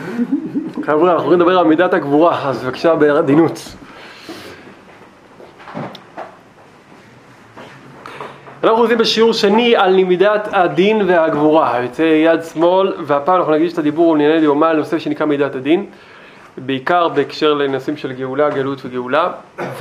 חבר'ה, אנחנו הולכים לדבר על מידת הגבורה, אז בבקשה בעדינות. אנחנו עושים בשיעור שני על מידת הדין והגבורה, יוצא יד שמאל, והפעם אנחנו נגיש את הדיבור לענייני דיומא על נושא שנקרא מידת הדין, בעיקר בהקשר לנושאים של גאולה, גלות וגאולה,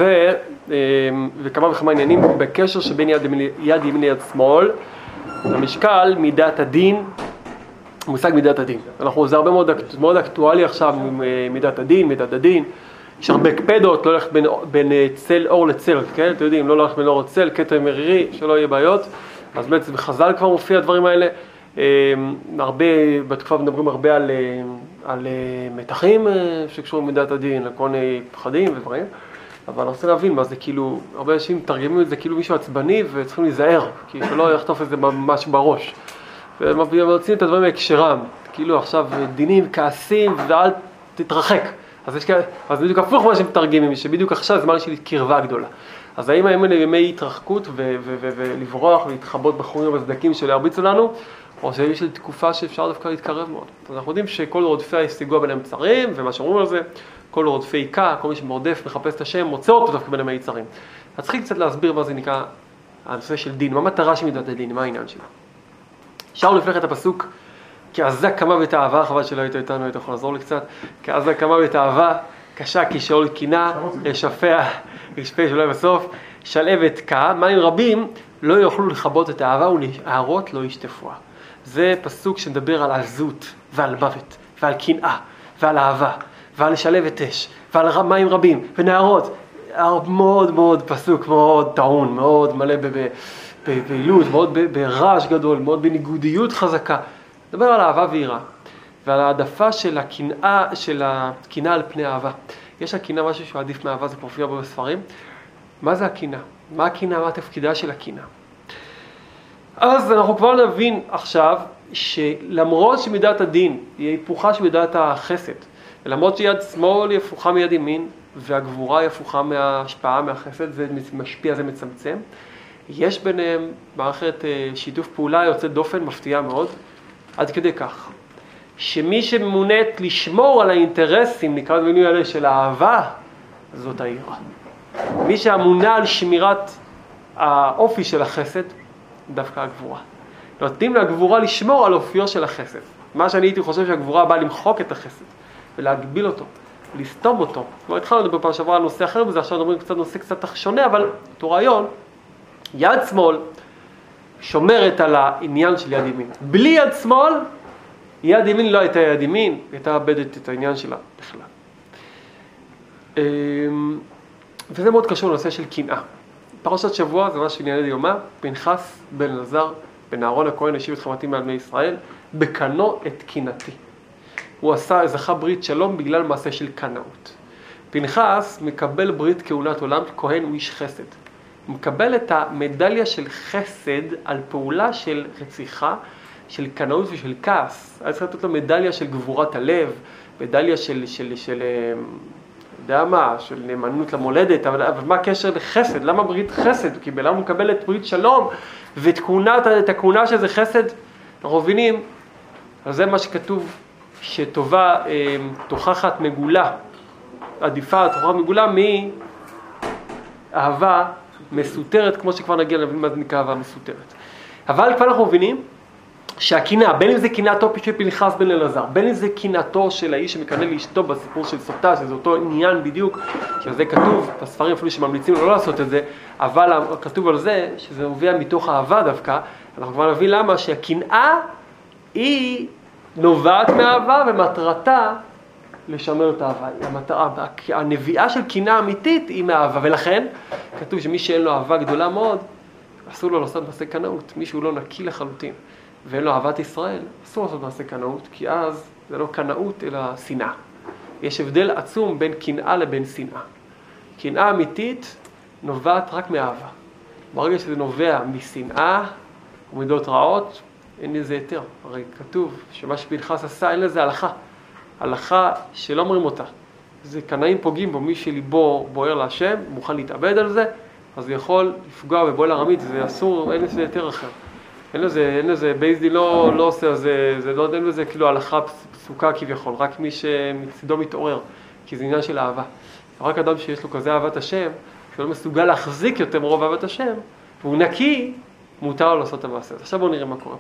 וכמה וכמה עניינים בקשר שבין יד ימין ליד שמאל, המשקל מידת הדין, מושג מידת הדין. זה הרבה מאוד אקטואלי עכשיו מידת הדין, מידת הדין. יש הרבה קפדות, לא הולך בין צל אור לצל, כן? אתם יודעים, לא הולך בין אור לצל, כתר מרירי, שלא יהיה בעיות. אז בעצם בחז"ל כבר מופיע הדברים האלה. הרבה, בתקופה מדברים הרבה על מתחים שקשורים מידת הדין, על כל מיני פחדים ודברים. אבל אני רוצה להבין מה זה כאילו, הרבה אנשים מתרגמים את זה כאילו מישהו עצבני וצריכים להיזהר, כי שלא יחטוף את זה ממש בראש. ומוצאים את הדברים מהקשרם, כאילו עכשיו דינים, כעסים, ואל תתרחק. אז בדיוק הפוך מה שמתרגמים, שבדיוק עכשיו זמן של קרבה גדולה. אז האם האלה ימי התרחקות ולברוח ולהתחבות בחורים ובסדקים שלהרביצו לנו, או שיש תקופה שאפשר דווקא להתקרב מאוד. אז אנחנו יודעים שכל רודפי ההשיגוע בין המצרים, ומה שאומרים על זה, כל רודפי עיקה, כל מי שמרודף, מחפש את השם, מוצא אותו דווקא בין המצרים. אז צריכים קצת להסביר מה זה נקרא הנושא של דין, מה המטרה של מידת הדין, מה העניין שלה. שאול לפני את הפסוק, כי עזה קמה בתאווה, חבל שלא היית איתנו, היית יכול לעזור לי קצת, כי עזה קמה בתאווה, קשה כי שאול קינה, ישפע, ישפה שאולי בסוף, שלהבת קה, מים רבים לא יוכלו לכבות את האהבה ולהערות לא ישטפוה. זה פסוק שמדבר על עזות ועל מוות ועל קנאה ועל אהבה ועל שלהבת אש ועל מים רבים ונערות. מאוד מאוד פסוק, מאוד טעון, מאוד מלא בפעילות, מאוד ברעש גדול, מאוד בניגודיות חזקה. מדבר על אהבה ויראה, ועל העדפה של הקנאה על פני אהבה. יש הקנאה משהו שהוא עדיף מאהבה, זה מופיע בו בספרים. מה זה הקנאה? מה הקנאה? מה התפקידה של הקנאה? אז אנחנו כבר נבין עכשיו שלמרות שמידת הדין היא הפוכה של מידת החסד, ולמרות שיד שמאל היא הפוכה מיד ימין, והגבורה היא הפוכה מההשפעה מהחסד, זה משפיע, זה מצמצם. יש ביניהם מערכת שיתוף פעולה יוצאת דופן, מפתיעה מאוד, עד כדי כך, שמי שממונית לשמור על האינטרסים, נקרא במילים האלה של האהבה, זאת היראה. מי שאמונה על שמירת האופי של החסד, דווקא הגבורה. נותנים לגבורה לשמור על אופיו של החסד. מה שאני הייתי חושב שהגבורה באה למחוק את החסד, ולהגביל אותו, לסתום אותו. כבר התחלנו לדבר פעם שעברה על נושא אחר בזה, עכשיו נדברים קצת נושא קצת שונה, אבל אותו רעיון, יד שמאל שומרת על העניין של יד ימין. בלי יד שמאל, יד ימין לא הייתה יד ימין, היא הייתה מאבדת את העניין שלה בכלל. וזה מאוד קשור לנושא של קנאה. פרשת שבוע זה מה שענייני דיומא, פנחס בן אלעזר, בן אהרון הכהן, השיב את חמתי מעל בני ישראל, בקנו את קנאתי. הוא זכה ברית שלום בגלל מעשה של קנאות. פנחס מקבל ברית כהונת עולם, כהן הוא איש חסד. הוא מקבל את המדליה של חסד על פעולה של רציחה, של קנאות ושל כעס. היה צריך לתת לו מדליה של גבורת הלב, מדליה של יודע מה, של נאמנות למולדת, אבל מה הקשר לחסד? למה ברית חסד? הוא קיבל, למה הוא מקבל את ברית שלום ואת הכהונה שזה חסד? אנחנו מבינים, אז זה מה שכתוב, שטובה תוכחת מגולה, עדיפה תוכחת מגולה מאהבה מסותרת, כמו שכבר נגיע להבין מה זה נקרא אהבה מסותרת. אבל כבר אנחנו מבינים שהקנאה, בין אם זה קנאתו של פנחס בן אלעזר, בין אם זה קנאתו של האיש שמקנא לאשתו בסיפור של סוטה, שזה אותו עניין בדיוק, שזה כתוב בספרים אפילו שממליצים לא לעשות את זה, אבל כתוב על זה שזה מוביל מתוך אהבה דווקא, אנחנו כבר נבין למה שהקנאה היא נובעת מאהבה ומטרתה לשמר את האהבה. הנביאה של קנאה אמיתית היא מאהבה, ולכן כתוב שמי שאין לו אהבה גדולה מאוד, אסור לו לעשות מעשה קנאות. מי שהוא לא נקי לחלוטין ואין לו אהבת ישראל, אסור לעשות מעשה קנאות, כי אז זה לא קנאות אלא שנאה. יש הבדל עצום בין קנאה לבין שנאה. קנאה אמיתית נובעת רק מאהבה. ברגע שזה נובע משנאה ומידות רעות, אין לזה יותר. הרי כתוב שמה שפנחס עשה, אין לזה הלכה. הלכה שלא אומרים אותה. זה קנאים פוגעים בו, מי שליבו בוער להשם, מוכן להתאבד על זה, אז הוא יכול לפגוע בבועל ארמית, זה אסור, אין לזה יותר אחר. אין לזה, בייס דין לא עושה, אין לזה כאילו הלכה פסוקה כביכול, רק מי שמצדו מתעורר, כי זה עניין של אהבה. רק אדם שיש לו כזה אהבת השם, שהוא לא מסוגל להחזיק יותר מרוב אהבת השם, והוא נקי, מותר לו לעשות את המעשה. עכשיו בואו נראה מה קורה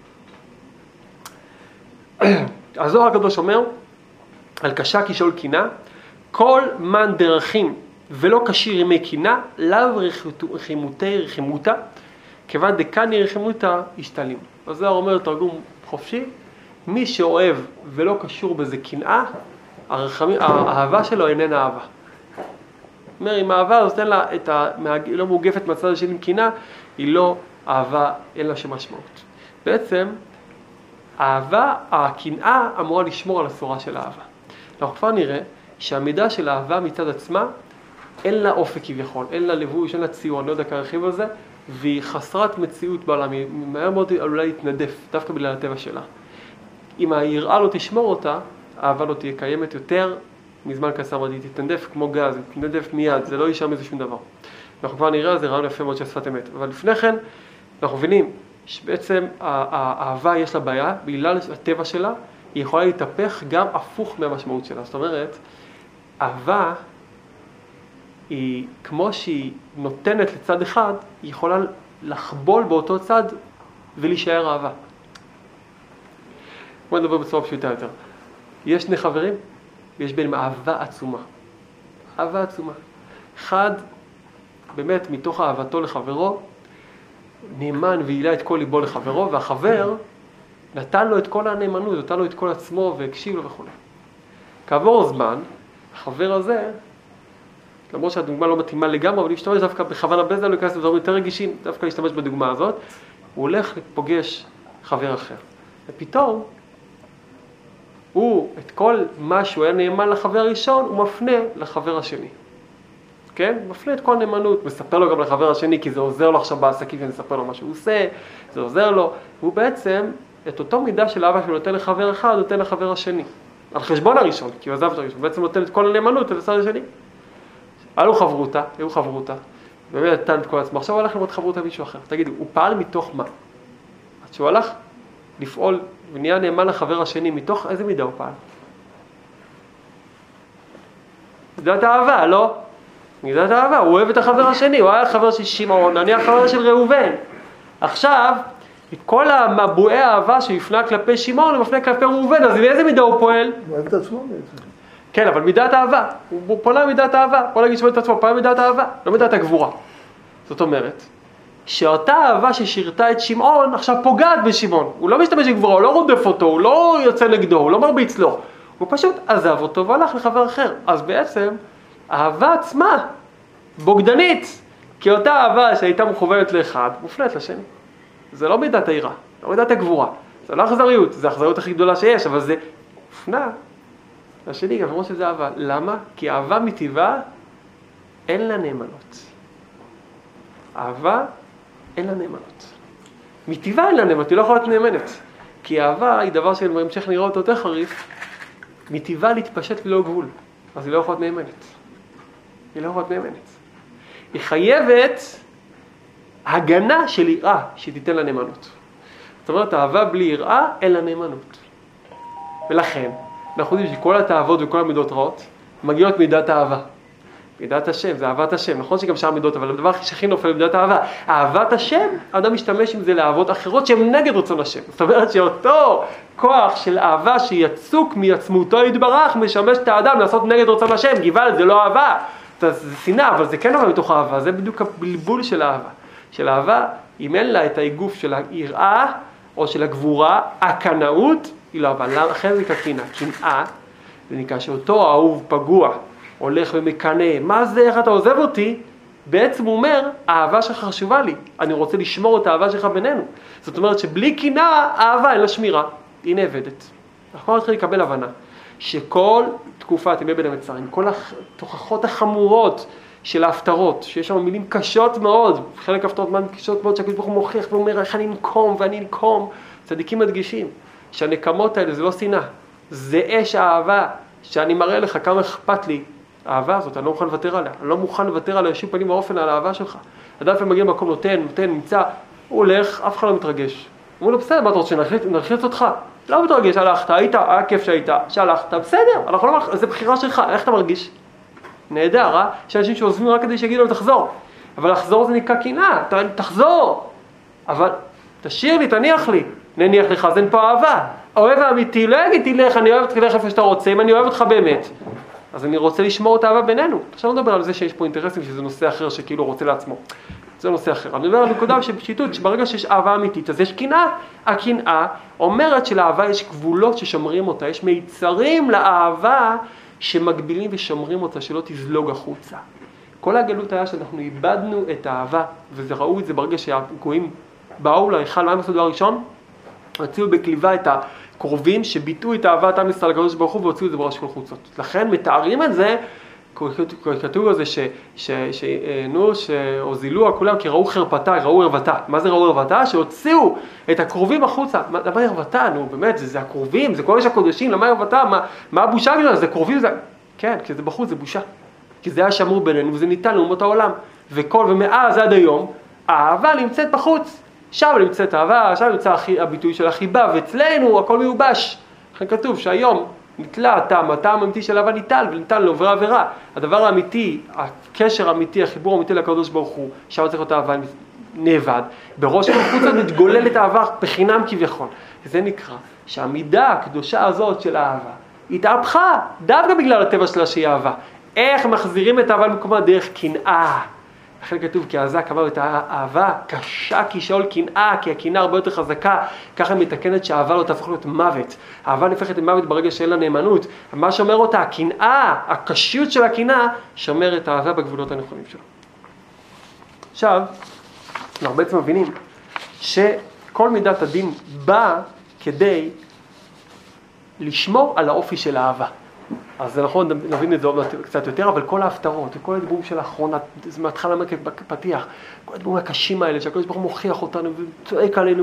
פה. הזוהר הקדוש אומר, על קשה כשאול קינה, כל מן דרכים ולא כשיר ימי קינה, לאו רחימותה, כיוון דקני רחימותה השתלים. הזוהר אומר תרגום חופשי, מי שאוהב ולא קשור בזה קנאה, האהבה שלו איננה אהבה. אומר, אם האהבה הזאת היא לא מוגפת מהצד השני עם קנאה, היא לא אהבה, אין לה שום משמעות. בעצם, האהבה, הקנאה אמורה לשמור על הצורה של האהבה. אנחנו כבר נראה שהמידה של האהבה מצד עצמה, אין לה אופק כביכול, אין לה לבוש, אין לה ציור, אני לא יודע כרחיב על זה, והיא חסרת מציאות בעולם, היא מהר מאוד עלולה להתנדף, דווקא בגלל הטבע שלה. אם היראה לא תשמור אותה, האהבה לא תהיה קיימת יותר, מזמן קצר מאוד היא תתנדף כמו גז, היא תתנדף מיד, זה לא יישאר מזה שום דבר. אנחנו כבר נראה, זה רעיון יפה מאוד של שפת אמת. אבל לפני כן, אנחנו מבינים שבעצם האהבה יש לה בעיה, בגלל הטבע שלה, היא יכולה להתהפך גם הפוך מהמשמעות שלה. זאת אומרת, אהבה היא, כמו שהיא נותנת לצד אחד, היא יכולה לחבול באותו צד ולהישאר אהבה. בואו נדבר בצורה פשוטה יותר. יש שני חברים, ויש ביניהם אהבה עצומה. אהבה עצומה. אחד, באמת, מתוך אהבתו לחברו, נאמן והילה את כל ליבו לחברו, והחבר נתן לו את כל הנאמנות, נתן לו את כל עצמו והקשיב לו וכו'. כעבור זמן, החבר הזה, למרות שהדוגמה לא מתאימה לגמרי, אבל להשתמש דווקא בכוונה בזה, לא ייכנס לדברים יותר רגישים, דווקא להשתמש בדוגמה הזאת, הוא הולך לפוגש חבר אחר. ופתאום, הוא, את כל מה שהוא היה נאמן לחבר הראשון, הוא מפנה לחבר השני. כן? הוא מפנה את כל הנאמנות, מספר לו גם לחבר השני, כי זה עוזר לו עכשיו בעסקים, ונספר לו מה שהוא עושה, זה עוזר לו. והוא בעצם, את אותו מידה של אהבה שהוא נותן לחבר אחד, נותן לחבר השני. על חשבון הראשון, כי הוא עזב את הראשון, הוא בעצם נותן את כל הנאמנות לצד השני. היו חברותה, באמת נתן את כל עצמו. עכשיו הוא הלך לראות חברותה מישהו אחר. תגידו, הוא פעל מתוך מה? אז שהוא הלך לפעול ונהיה נאמן לחבר השני, מתוך איזה מידה הוא פעל? מידת האהבה, לא? מידת האהבה, הוא אוהב את החבר השני, הוא היה חבר של שמעון, אני החבר של ראובן. עכשיו, את כל המבועי האהבה שהפנה כלפי שמעון, הוא מפנה כלפי ראובן, אז באיזה מידה הוא פועל? הוא אוהב את עצמו בעצם. כן, אבל מידת האהבה, הוא פועל מידת האהבה, בוא נגיד שמעון את עצמו, פועל מידת האהבה, לא מידת הגבורה. זאת אומרת, שאותה אהבה ששירתה את שמעון, עכשיו פוגעת בשמעון. הוא לא משתמש בגבורה, הוא לא רודף אותו, הוא לא יוצא נגדו, הוא לא מרביץ לו. הוא פשוט עזב אותו והלך לחבר אחר. אז בעצם, האהבה עצמה בוגדנית, כי אותה אהבה שהייתה מכוונת לאחד, מופנית לשני. זה לא מידת היראה, לא מידת הגבורה. זה לא אכזריות, זה האכזריות הכי גדולה שיש, אבל זה מופנה לשני, גם כמו שזה אהבה. למה? כי אהבה מטבעה אין לה נאמנות. אהבה אין לה נאמנות. מטבעה אין לה נאמנות, היא לא יכולה להיות נאמנת. כי אהבה היא דבר שהמשך נראה אותו יותר חריף, מטבעה להתפשט ללא גבול. אז היא לא יכולה להיות נאמנת. היא לא יכולה להיות נאמנת. היא חייבת הגנה של יראה שתיתן לה נאמנות. זאת אומרת, אהבה בלי יראה אין לה נאמנות. ולכן, אנחנו יודעים שכל התאוות וכל המידות רעות מגיעות מידת האהבה. מידת השם, זה אהבת השם. נכון שגם שאר מידות, אבל הדבר שהכי נופל מידת האהבה. אהבת השם, אדם משתמש עם זה לאהבות אחרות שהן נגד רצון השם. זאת אומרת שאותו כוח של אהבה שיצוק מעצמותו יתברך, משמש את האדם לעשות נגד רצון השם. גבל, זה לא אהבה. זה שנאה, אבל זה כן אהבה מתוך אהבה. זה בדיוק הבלבול של אהבה. של אהבה, אם אין לה את האיגוף של היראה או של הגבורה, הקנאות, היא לא אהבה. לכן זה כקנאה. קנאה, זה נקרא שאותו אהוב פגוע, הולך ומקנא, מה זה, איך אתה עוזב אותי? בעצם הוא אומר, האהבה שלך חשובה לי, אני רוצה לשמור את האהבה שלך בינינו. זאת אומרת שבלי קנאה, האהבה אין לה שמירה, היא נאבדת. אנחנו נתחיל לקבל הבנה, שכל תקופת ימי בין המצרים, כל התוכחות החמורות של ההפטרות, שיש שם מילים קשות מאוד, חלק ההפטרות מילים קשות מאוד, שהקדוש ברוך הוא מוכיח ואומר, איך אני אנקום ואני אנקום. צדיקים מדגישים, שהנקמות האלה זה לא שנאה, זה אש האהבה, שאני מראה לך כמה אכפת לי, האהבה הזאת, אני לא מוכן לוותר עליה. אני לא מוכן לוותר עליה שום פנים ואופן על האהבה שלך. אדם לפעמים מגיע למקום, נותן, נמצא, הוא הולך, אף אחד לא מתרגש. אמרו לו, בסדר, מה אתה רוצה, נלחיץ אותך? לא מתרגש, הלכת, היה כיף שהיית, שהלכת, בסדר, זה בחירה שלך, איך אתה מרגיש? נהדר, יש אנשים שעוזבים רק כדי שיגידו לו, תחזור. אבל לחזור זה נקרא קנאה, תחזור. אבל תשאיר לי, תניח לי. נניח לך, אז אין פה אהבה. האוהב האמיתי לא יגיד, תלך, אני אוהב אותך איפה שאתה רוצה, אם אני אוהב אותך באמת. אז אני רוצה לשמור את האהבה בינינו. עכשיו לא מדבר על זה שיש פה אינטרסים, שזה נושא אחר שכאילו רוצה לעצמו. זה נושא אחר. אני מדבר על נקודה שבשיטות, שברגע שיש אהבה אמיתית, אז יש קנאה. הקנאה אומרת שלאהבה יש גבולות ששומרים אותה, יש מיצרים לאהבה שמגבילים ושומרים אותה, שלא תזלוג החוצה. כל הגלות היה שאנחנו איבדנו את האהבה, וזה ראו את זה ברגע שהגויים באו להיכל, מה הם עשו דבר ראשון? הוציאו בקליבה את הקרובים שביטאו את אהבת עם ישראל לקדוש ברוך הוא והוציאו את זה בראש כל חוצות. לכן מתארים את זה, כתוב על זה שהוזילו כולם כי ראו חרפתה, ראו ערוותה. מה זה ראו ערוותה? שהוציאו את הקרובים החוצה. למה ערוותה? נו באמת, זה הקרובים, זה קודש הקודשים, למה ערוותה? מה הבושה גדולה? זה קרובים, זה... כן, כי זה בחוץ, זה בושה. כי זה היה שמור בינינו וזה ניתן לאומות העולם. ומאז עד היום, האהבה נמצאת בחוץ. שם נמצאת אהבה, שם נמצא הביטוי של החיבה, ואצלנו הכל מיובש. לכן כתוב שהיום נתלה הטעם האמיתי של אהבה וניתן לעוברי עבירה. הדבר האמיתי, הקשר האמיתי, החיבור האמיתי לקדוש ברוך הוא, שם צריך להיות אהבה נאבד. בראש החוצה מתגולל את האהבה בחינם כביכול. זה נקרא שהמידה הקדושה הזאת של האהבה התהפכה דווקא בגלל הטבע שלה שהיא אהבה. איך מחזירים את האהבה למקומה? דרך קנאה. לכן כתוב כי העזה קבע את האהבה קשה כשאול קנאה, כי הקנאה הרבה יותר חזקה, ככה מתקנת שהאהבה לא תהפוך להיות מוות. האהבה נהפכת למוות ברגע שאין לה נאמנות. מה שאומר אותה, הקנאה, הקשיות של הקנאה, שומר את האהבה בגבולות הנכונים שלו. עכשיו, אנחנו בעצם מבינים שכל מידת הדין באה כדי לשמור על האופי של האהבה. אז זה נכון, נבין את זה עוד קצת יותר, אבל כל ההפטרות וכל הדיבורים של האחרונה, זה מהתחלה בפתיח, כל הדיבורים הקשים האלה, שהקדוש ברוך הוא מוכיח אותנו וצועק עלינו,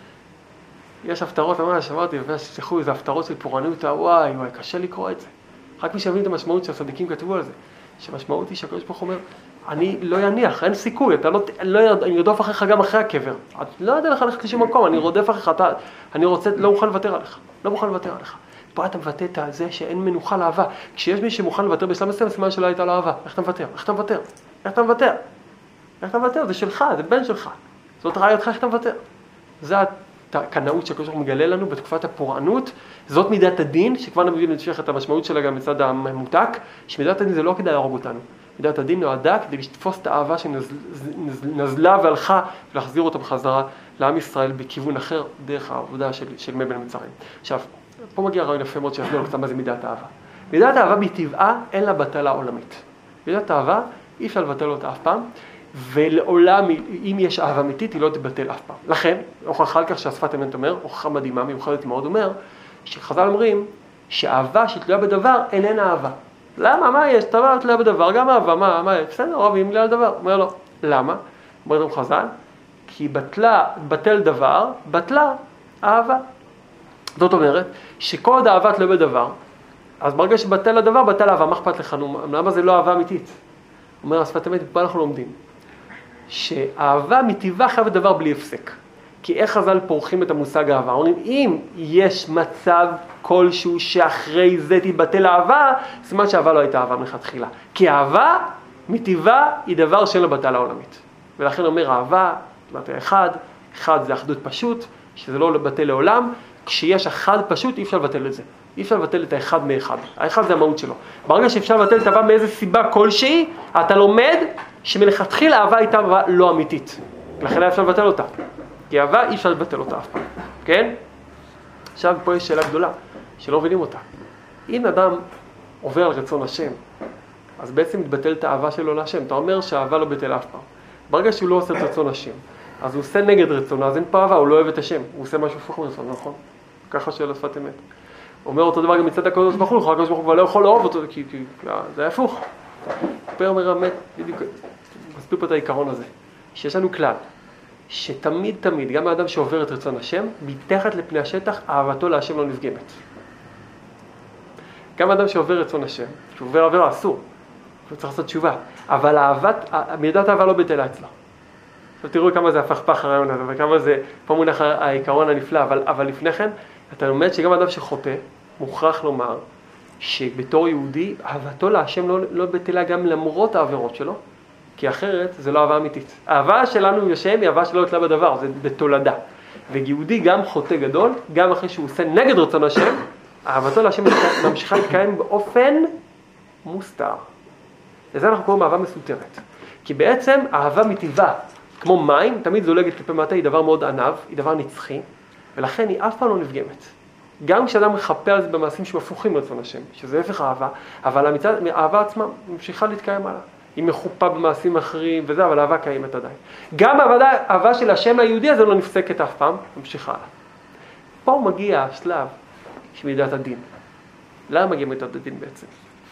יש הפטרות, ממש אמרתי, שתשכחו, איזה הפטרות של פורענות, וואי, קשה לקרוא את זה. רק מי שהבין את המשמעות שהצדיקים כתבו על זה, שהמשמעות היא שהקדוש ברוך הוא אומר, אני לא יניח, אין סיכוי, אני רודף אחריך גם אחרי הקבר, לא יודע לך ללכת לשום מקום, אני רודף אחריך, אני רוצה, לא מוכן לוותר עליך, לא מוכן לוותר עליך. פה אתה מבטא את זה שאין מנוחה לאהבה. כשיש מי שמוכן לוותר בשלב מסוים, סימן שלא הייתה לו אהבה. איך אתה מוותר? איך אתה מוותר? איך אתה מוותר? איך אתה מוותר? זה שלך, זה בן שלך. זאת רעייתך, איך אתה מוותר? זה הקנאות שהקדוש ברוך הוא מגלה לנו בתקופת הפורענות. זאת מידת הדין, שכבר נביא להמשיך את המשמעות שלה גם מצד הממותק, שמידת הדין זה לא כדאי להרוג אותנו. מידת הדין נועדה כדי לתפוס את האהבה שנזלה והלכה ולהחזיר אותה בחזרה לעם ישראל בכיוון אחר, דרך העבודה של מי בין המצרים. עכשיו, פה מגיע רעיון יפה מאוד שיסביר לו קצת מה זה מידת האהבה. מידת האהבה בטבעה אין לה בטלה עולמית. מידת האהבה אי אפשר לבטל אותה אף פעם, ולעולם אם יש אהבה אמיתית היא לא תבטל אף פעם. לכן, הוכחה על כך שהשפת אמת אומר, הוכחה מדהימה, מיוחדת מאוד אומר, שחז"ל אומרים שאהבה שתלויה בדבר איננה אהבה. למה? מה יש? דבר תלויה בדבר, גם אהבה, מה יש? בסדר, אוהבים לי על דבר. אומר לו, למה? אומר לו חז"ל, כי בטל דבר, בטלה אהבה. זאת אומרת, שכל עוד אהבה תלויה בדבר, אז ברגע שבטל הדבר, בטל אהבה, מה אכפת לך? למה זה לא אהבה אמיתית? אומר השפת אמת, פה אנחנו לומדים, שאהבה מטבעה חייבת דבר בלי הפסק. כי איך חז"ל פורחים את המושג אהבה? אומרים, אם יש מצב כלשהו שאחרי זה תתבטל אהבה, סימן שאהבה לא הייתה אהבה מלכתחילה. כי אהבה מטבעה היא דבר שאין לה בטלה עולמית. ולכן אומר אהבה, אחד זה אחדות פשוט, שזה לא בטל לעולם, כשיש אחד פשוט אי אפשר לבטל את זה. אי אפשר לבטל את האחד מאחד. האחד זה המהות שלו. ברגע שאפשר לבטל את אהבה מאיזה סיבה כלשהי, אתה לומד שמלכתחילה אהבה הייתה אהבה לא אמיתית. לכן אפשר לבטל אותה. כי אהבה אי אפשר לבטל אותה אף פעם. כן? עכשיו פה יש שאלה גדולה, שלא מבינים אותה. אם אדם עובר על רצון השם, אז בעצם מתבטל את האהבה שלו להשם. אתה אומר שהאהבה לא בטלה אף פעם. ברגע שהוא לא עושה את רצון השם, אז הוא עושה נגד רצונו, אז אין פה אהבה, הוא לא אוהב את השם. הוא עושה משהו הפוך מרצון, נכון? ככה שאלה שפת אמת. הוא אומר אותו דבר גם מצד הקדוש ברוך הוא, הקדוש ברוך הוא לא יכול לאהוב אותו, כי זה היה הפוך. פה אומר האמת, בדיוק, מסביר פה את העיקרון הזה, שיש לנו כלל, שתמיד, גם האדם שעובר את רצון השם, מתחת לפני השטח, אהבתו להשם לא נפגמת. גם האדם שעובר רצון השם, שעובר עבירה אסור, הוא צריך לעשות תשובה, אבל מידת האהבה לא בטלה אצלה. עכשיו תראו כמה זה הפכפך הרעיון הזה, וכמה זה פה מונח העיקרון הנפלא, אבל לפני כן, אתה לומד שגם אדם שחוטא, מוכרח לומר, שבתור יהודי, אהבתו להשם לא בטלה גם למרות העבירות שלו, כי אחרת זה לא אהבה אמיתית. האהבה שלנו עם השם היא אהבה שלא יתלה בדבר, זה בתולדה. ויהודי גם חוטא גדול, גם אחרי שהוא עושה נגד רצון השם, אהבתו להשם ממשיכה להתקיים באופן מוסתר. לזה אנחנו קוראים אהבה מסותרת. כי בעצם אהבה מטבעה, כמו מים, תמיד זולגת כלפי מטה, היא דבר מאוד ענב, היא דבר נצחי, ולכן היא אף פעם לא נפגמת. גם כשאדם מחפה על זה במעשים שמפוחים לרצון השם, שזה הפך אהבה, אבל האהבה עצמה ממשיכה להתקיים עליה. היא מחופה במעשים אחרים וזה, אבל האהבה קיימת עדיין. גם האהבה של השם היהודי הזה לא נפסקת אף פעם, ממשיכה עליה. פה מגיע השלב של מידת הדין. למה מגיע מידת הדין בעצם?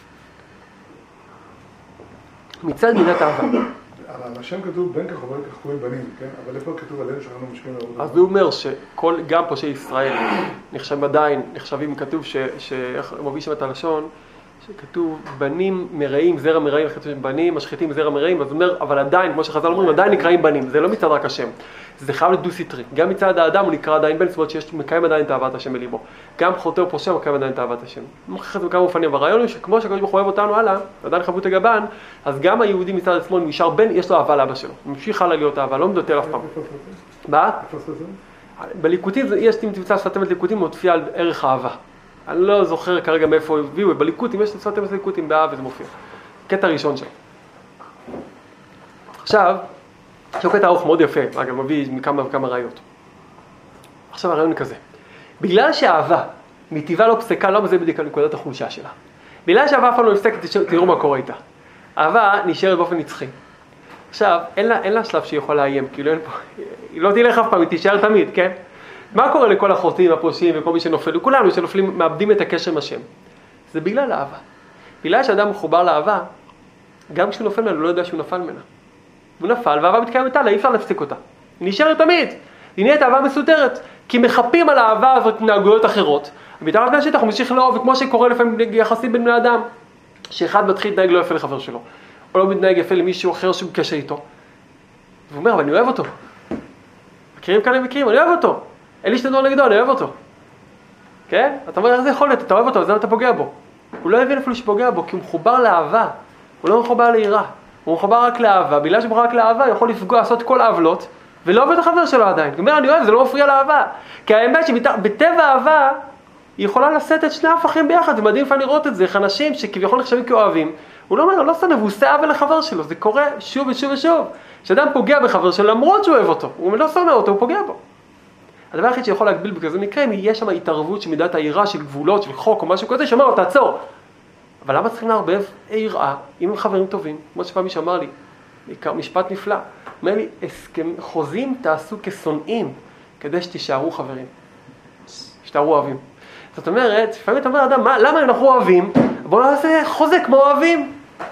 מצד מידת האהבה. אבל השם כתוב בין כך ובין כך קוראים בנים, כן? אבל איפה כתוב עלינו שאנחנו משקיעים לעבודה? אז הוא אומר שגם פושעי ישראל נחשבים, כתוב איך מביא שם את הלשון, שכתוב בנים מרעים, זרע מרעים, בנים משחיתים זרע מרעים, אז הוא אומר, אבל עדיין, כמו שחז"ל אומרים, עדיין נקראים בנים, זה לא מצד רק השם, זה חייב להיות דו-סטרי, גם מצד האדם הוא נקרא עדיין בן, זאת אומרת שיש מקיים עדיין את אהבת השם בליבו, גם חוטא או פושע מקיים עדיין את אהבת השם. מוכיח את זה בכמה אופנים, והרעיון הוא שכמו שהקדוש ברוך הוא אוהב אותנו הלאה, עדיין חבות הגבן, אז גם היהודי מצד עצמו נשאר בן, יש לו אהבה לאבא שלו, ממשיך הלאה להיות אהבה, לא מדוטל אף פעם. מה? בליקוטים, יש תמצא שפת אמת ליקוטים, מופיע על ערך האהבה. אני לא זוכר כרגע מאיפה הביאו, בליקוטים, יש שפת אמת ליקוטים באהבה וזה מופיע. קטע ראשון שם. עכשיו, יש קטע ארוך מאוד יפה, אגב, מביא מכמה וכמה ראיות. עכשיו הרעיון כזה. בגלל שהאהבה מטבעה לא פסקה, לא מזה בדיוק על נקודת החולשה שלה. בגלל שהאהבה אף פעם לא נפסקת, תראו מה קורה איתה. האהבה נשארת באופן נצחי. עכשיו, אין לה שלב שהיא יכולה לאיים, כאילו היא לא תלך אף פעם, היא תישאר תמיד, כן? מה קורה לכל החוטאים, הפושעים וכל מי שנופל? כולנו שנופלים, מאבדים את הקשר עם השם. זה בגלל האהבה. בגלל שאדם מחובר לאהבה, גם כשהוא נופל ממנו, הוא לא יודע שהוא נפל ממנה. הוא נפל, והאהבה מתקיימת עליה, אי אפשר להפסיק אותה. היא נשארת תמיד. היא נהיית אהבה מסותרת. כי מחפים על האהבה הזאת התנהגויות אחרות. מתחת מהשטח הוא ממשיך לאהוב, וכמו שקורה לפעמים יחסים בין בני אדם, שאחד מתחיל להתנהג לא יפה לחבר שלו, או לא מתנהג יפה למישהו אחר שהוא בקשר איתו. והוא אומר, אבל אני אוהב אותו. מכירים כאלה מקרים, אני אוהב אותו. אין לי שתדור נגדו, אני אוהב אותו. כן? אתה אומר, איך זה יכול להיות? אתה אוהב אותו, אז למה אתה פוגע בו? הוא לא הבין אפילו שפוגע בו, כי הוא מחובר לאהבה. הוא לא מחובר ליראה. הוא מחובר רק לאהבה. בגלל שהוא מחובר רק לאהבה, הוא יכול לפגוע, לעשות כל העוולות, ולא אוהב את החבר שלו עדיין. הוא אומר, אני אוהב, זה לא מפריע לאהבה. כי האמת שבטבע האהבה, היא יכולה לשאת את שני ההפכים ביחד. זה מדהים לפעמים לראות את זה, איך אנשים שכביכול נחשבים כאוהבים, הוא לא אומר, הוא לא סנב, הוא עושה עוול לחבר שלו. זה קורה שוב ושוב ושוב. כשאדם פוגע בחבר שלו, למרות שהוא אוהב אותו, הוא לא שונא אותו, הוא פוגע בו. הדבר היחיד שיכול להגביל בכזה מקרה, אם יש שם התערבות של מידת היראה, של גבולות, של חוק או משהו כזה, שאומר לו, תעצור. אבל למה צריכים לערבב יראה, אם הם חברים טובים? כמו שפעם מישהו אמר לי, משפט נפלא, אומר לי, חוזים תעשו כשונאים, כדי שתישארו חברים, שתישארו אוהבים. זאת אומרת, לפעמים אתה אומר, אדם, למה אנחנו אוהבים? בואו נעשה חוזה כמו אוהבים.